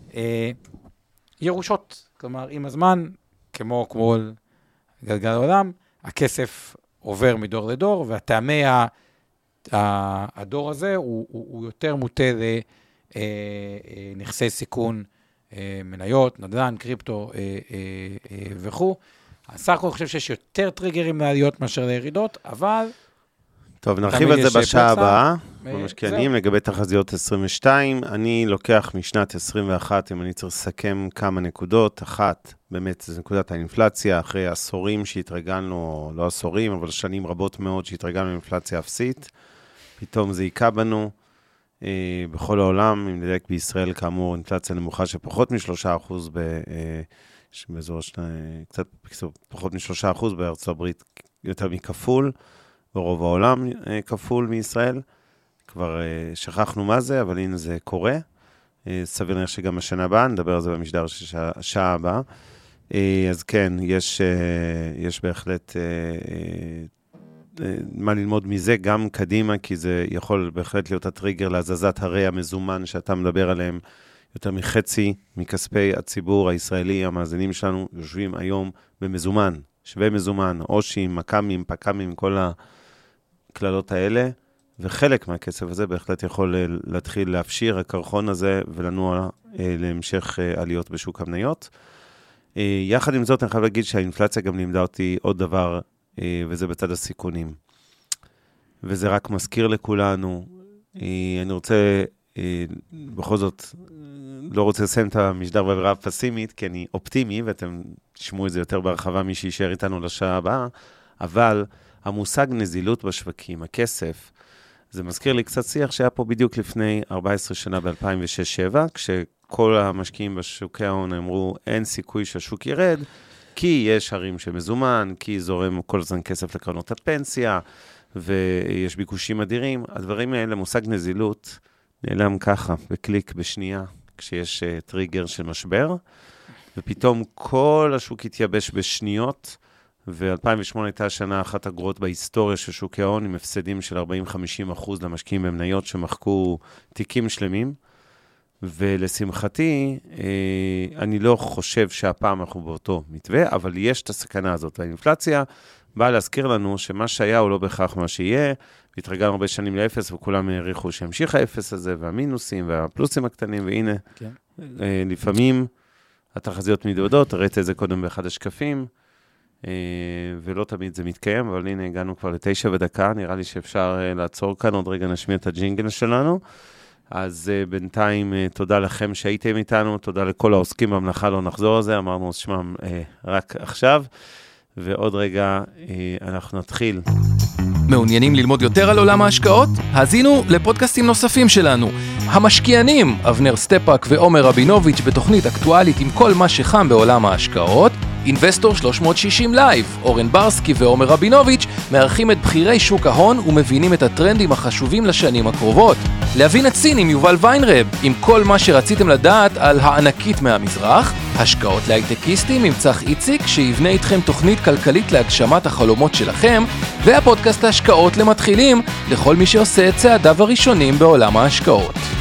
ירושות, כלומר, עם הזמן, כמו כל גלגל העולם, הכסף עובר מדור לדור, והטעמי ה, ה, הדור הזה הוא, הוא, הוא יותר מוטה לנכסי סיכון, מניות, נדל"ן, קריפטו וכו'. הסך הכל חושב שיש יותר טריגרים לעליות מאשר לירידות, אבל... טוב, נרחיב על זה בשעה הבאה, במשקיענים, לגבי תחזיות עשרים ושתיים. אני לוקח משנת עשרים ואחת, אם אני צריך לסכם כמה נקודות. אחת, באמת, זו נקודת האינפלציה, אחרי עשורים שהתרגלנו, לא עשורים, אבל שנים רבות מאוד שהתרגלנו לאינפלציה אפסית. פתאום זה עיקה בנו. בכל העולם, אם נדלק בישראל, כאמור, אינפלציה נמוכה שפחות משלושה אחוז, באזור קצת פחות משלושה אחוז, בארצות הברית יותר מכפול, ברוב העולם כפול מישראל. כבר שכחנו מה זה, אבל הנה זה קורה. סביר להניח שגם השנה הבאה, נדבר על זה במשדר של השעה הבאה. אז כן, יש, יש בהחלט מה ללמוד מזה גם קדימה, כי זה יכול בהחלט להיות הטריגר להזזת הרי המזומן שאתה מדבר עליהם. יותר מחצי מכספי הציבור הישראלי, המאזינים שלנו יושבים היום במזומן, שווה מזומן, אושים, מקמים, פקמים, כל הכללות האלה, וחלק מהכסף הזה בהחלט יכול להתחיל להפשיר הקרחון הזה ולנוע להמשך עליות בשוק המניות. יחד עם זאת, אני חייב להגיד שהאינפלציה גם לימדה אותי עוד דבר, וזה בצד הסיכונים. וזה רק מזכיר לכולנו. אני רוצה, בכל זאת, לא רוצה לסיים את המשדר באווירה פסימית, כי אני אופטימי, ואתם תשמעו את זה יותר בהרחבה מי שישאר איתנו לשעה הבאה, אבל המושג נזילות בשווקים, הכסף, זה מזכיר לי קצת שיח שהיה פה בדיוק לפני ארבע עשרה שנה ב-אלפיים ושש שבע, כשכל המשקיעים בשוקי ההון אמרו, אין סיכוי שהשוק ירד, כי יש הרים שמזומן, כי זורם כל הזמן כסף לקרנות הפנסיה, ויש ביקושים אדירים. הדברים האלה, מושג נזילות, נעלם ככה, בקליק, בשנייה, כשיש uh, טריגר של משבר, ופתאום כל השוק התייבש בשניות, ו-אלפיים ושמונה הייתה השנה אחת הגרועות בהיסטוריה של שוקי ההון, עם הפסדים של ארבעים עד חמישים אחוז למשקיעים במניות שמחקו תיקים שלמים, ולשמחתי, אני לא חושב שהפעם אנחנו באותו מתווה, אבל יש את הסכנה הזאת. האינפלציה באה להזכיר לנו שמה שהיה הוא לא בהכרח מה שיהיה, והתרגלנו הרבה שנים לאפס, וכולם העריכו שהמשיך האפס הזה, והמינוסים והפלוסים הקטנים, והנה, כן. לפעמים התחזיות מתעודות, ראית את זה קודם באחד השקפים, ולא תמיד זה מתקיים, אבל הנה הגענו כבר לתשע ודקה, נראה לי שאפשר לעצור כאן, עוד רגע נשמיע את הג'ינגל שלנו. אז uh, בינתיים uh, תודה לכם שהייתם איתנו, תודה לכל העוסקים במלאכה, לא נחזור על זה, אמרנו שמם uh, רק עכשיו, ועוד רגע uh, אנחנו נתחיל. מעוניינים ללמוד יותר על עולם ההשקעות? האזינו לפודקאסטים נוספים שלנו. המשקיענים, אבנר סטפאק ועומר רבינוביץ' בתוכנית אקטואלית עם כל מה שחם בעולם ההשקעות. אינבסטור שלוש מאות שישים לייב, אורן ברסקי ועומר רבינוביץ' מארחים את בחירי שוק ההון ומבינים את הטרנדים החשובים לשנים הקרובות. להבין את סין עם יובל ויינרב, עם כל מה שרציתם לדעת על הענקית מהמזרח. השקעות להייטקיסטים עם צח איציק, שיבנה איתכם תוכנית כלכלית להגשמת החלומות שלכם, והפודקאסט ההשקעות למתחילים, לכל מי שעושה את צעדיו הראשונים בעולם ההשקעות.